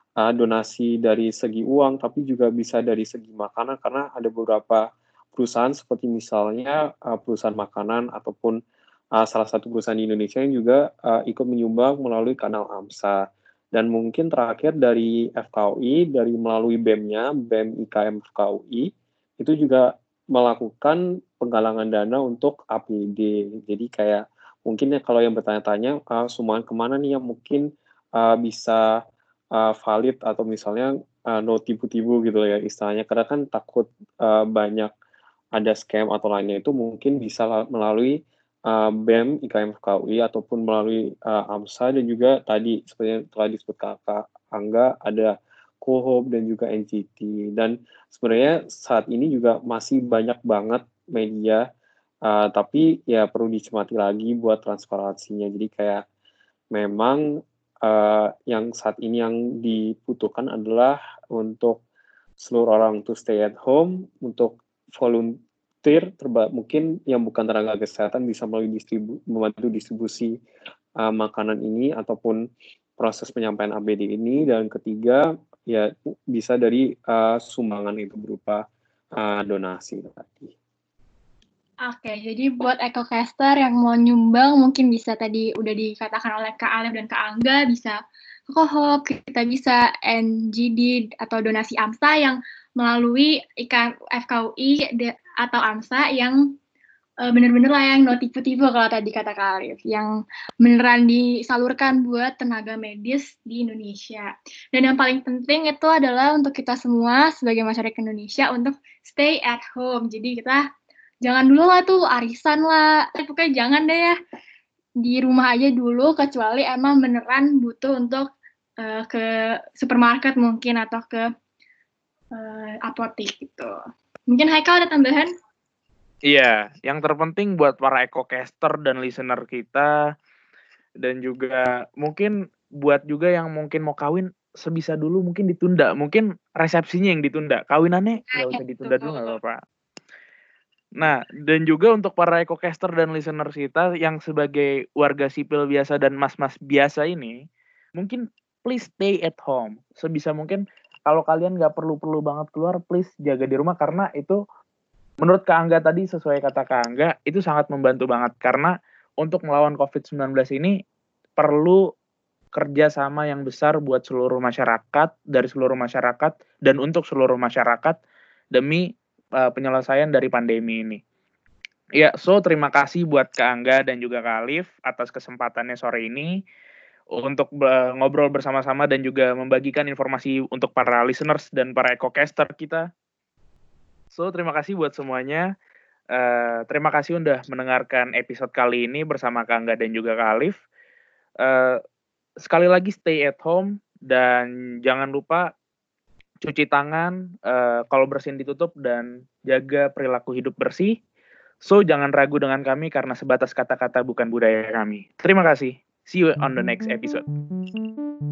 donasi dari segi uang, tapi juga bisa dari segi makanan, karena ada beberapa perusahaan seperti misalnya perusahaan makanan ataupun salah satu perusahaan di Indonesia yang juga ikut menyumbang melalui kanal AMSA. Dan mungkin terakhir dari FKUI, dari melalui BEM-nya, BEM IKM FKUI, itu juga melakukan penggalangan dana untuk APD. Jadi kayak mungkin ya kalau yang bertanya-tanya sumbangan kemana nih yang mungkin bisa valid atau misalnya no tipu-tipu gitu ya istilahnya, karena kan takut banyak ada scam atau lainnya, itu mungkin bisa melalui BEM IKM FKUI ataupun melalui AMSA, dan juga tadi seperti yang telah disebut Kakak Angga ada CoHope dan juga NGT. Dan sebenarnya saat ini juga masih banyak banget media, tapi ya perlu dicermati lagi buat transparansinya. Jadi kayak memang yang saat ini yang dibutuhkan adalah untuk seluruh orang to stay at home, untuk volunteer, mungkin yang bukan tenaga kesehatan bisa membantu distribusi makanan ini ataupun proses penyampaian APD ini, dan ketiga ya bisa dari sumbangan itu berupa donasi tadi. Oke, jadi buat EcoCaster yang mau nyumbang mungkin bisa tadi udah dikatakan oleh Kak Alif dan Kak Angga, bisa ke Kohop, kita bisa NGD atau donasi AMSA yang melalui FKUI atau AMSA yang bener-bener lah yang notifiable kalau tadi kata Kak Alif, yang beneran disalurkan buat tenaga medis di Indonesia. Dan yang paling penting itu adalah untuk kita semua sebagai masyarakat Indonesia untuk stay at home. Jadi kita jangan dulu lah tuh arisan lah, pokoknya jangan deh ya, di rumah aja dulu, kecuali emang beneran butuh untuk ke supermarket mungkin atau ke apotek gitu. Mungkin Haikal ada tambahan? Iya, yang terpenting buat para EcoCaster dan listener kita, dan juga mungkin buat juga yang mungkin mau kawin, sebisa dulu mungkin ditunda, mungkin resepsinya yang ditunda, kawinannya nggak usah ditunda dulu, nggak apa-apa. Nah, dan juga untuk para EcoCaster dan listener kita yang sebagai warga sipil biasa dan mas-mas biasa ini, mungkin please stay at home. Sebisa mungkin kalau kalian nggak perlu-perlu banget keluar, please jaga di rumah, karena itu menurut Kak Angga tadi, sesuai kata Kak Angga, itu sangat membantu banget. Karena untuk melawan COVID-19 ini perlu kerjasama yang besar buat seluruh masyarakat, dari seluruh masyarakat, dan untuk seluruh masyarakat demi penyelesaian dari pandemi ini. Ya, so terima kasih buat Kak Angga dan juga Kak Alif atas kesempatannya sore ini untuk ngobrol bersama-sama dan juga membagikan informasi untuk para listeners dan para EcoCaster kita. So, terima kasih buat semuanya. Terima kasih udah mendengarkan episode kali ini bersama Kak Angga dan juga Kak Alif. Sekali lagi stay at home dan jangan lupa cuci tangan, kalau bersin ditutup, dan jaga perilaku hidup bersih. So, jangan ragu dengan kami karena sebatas kata-kata bukan budaya kami. Terima kasih. See you on the next episode.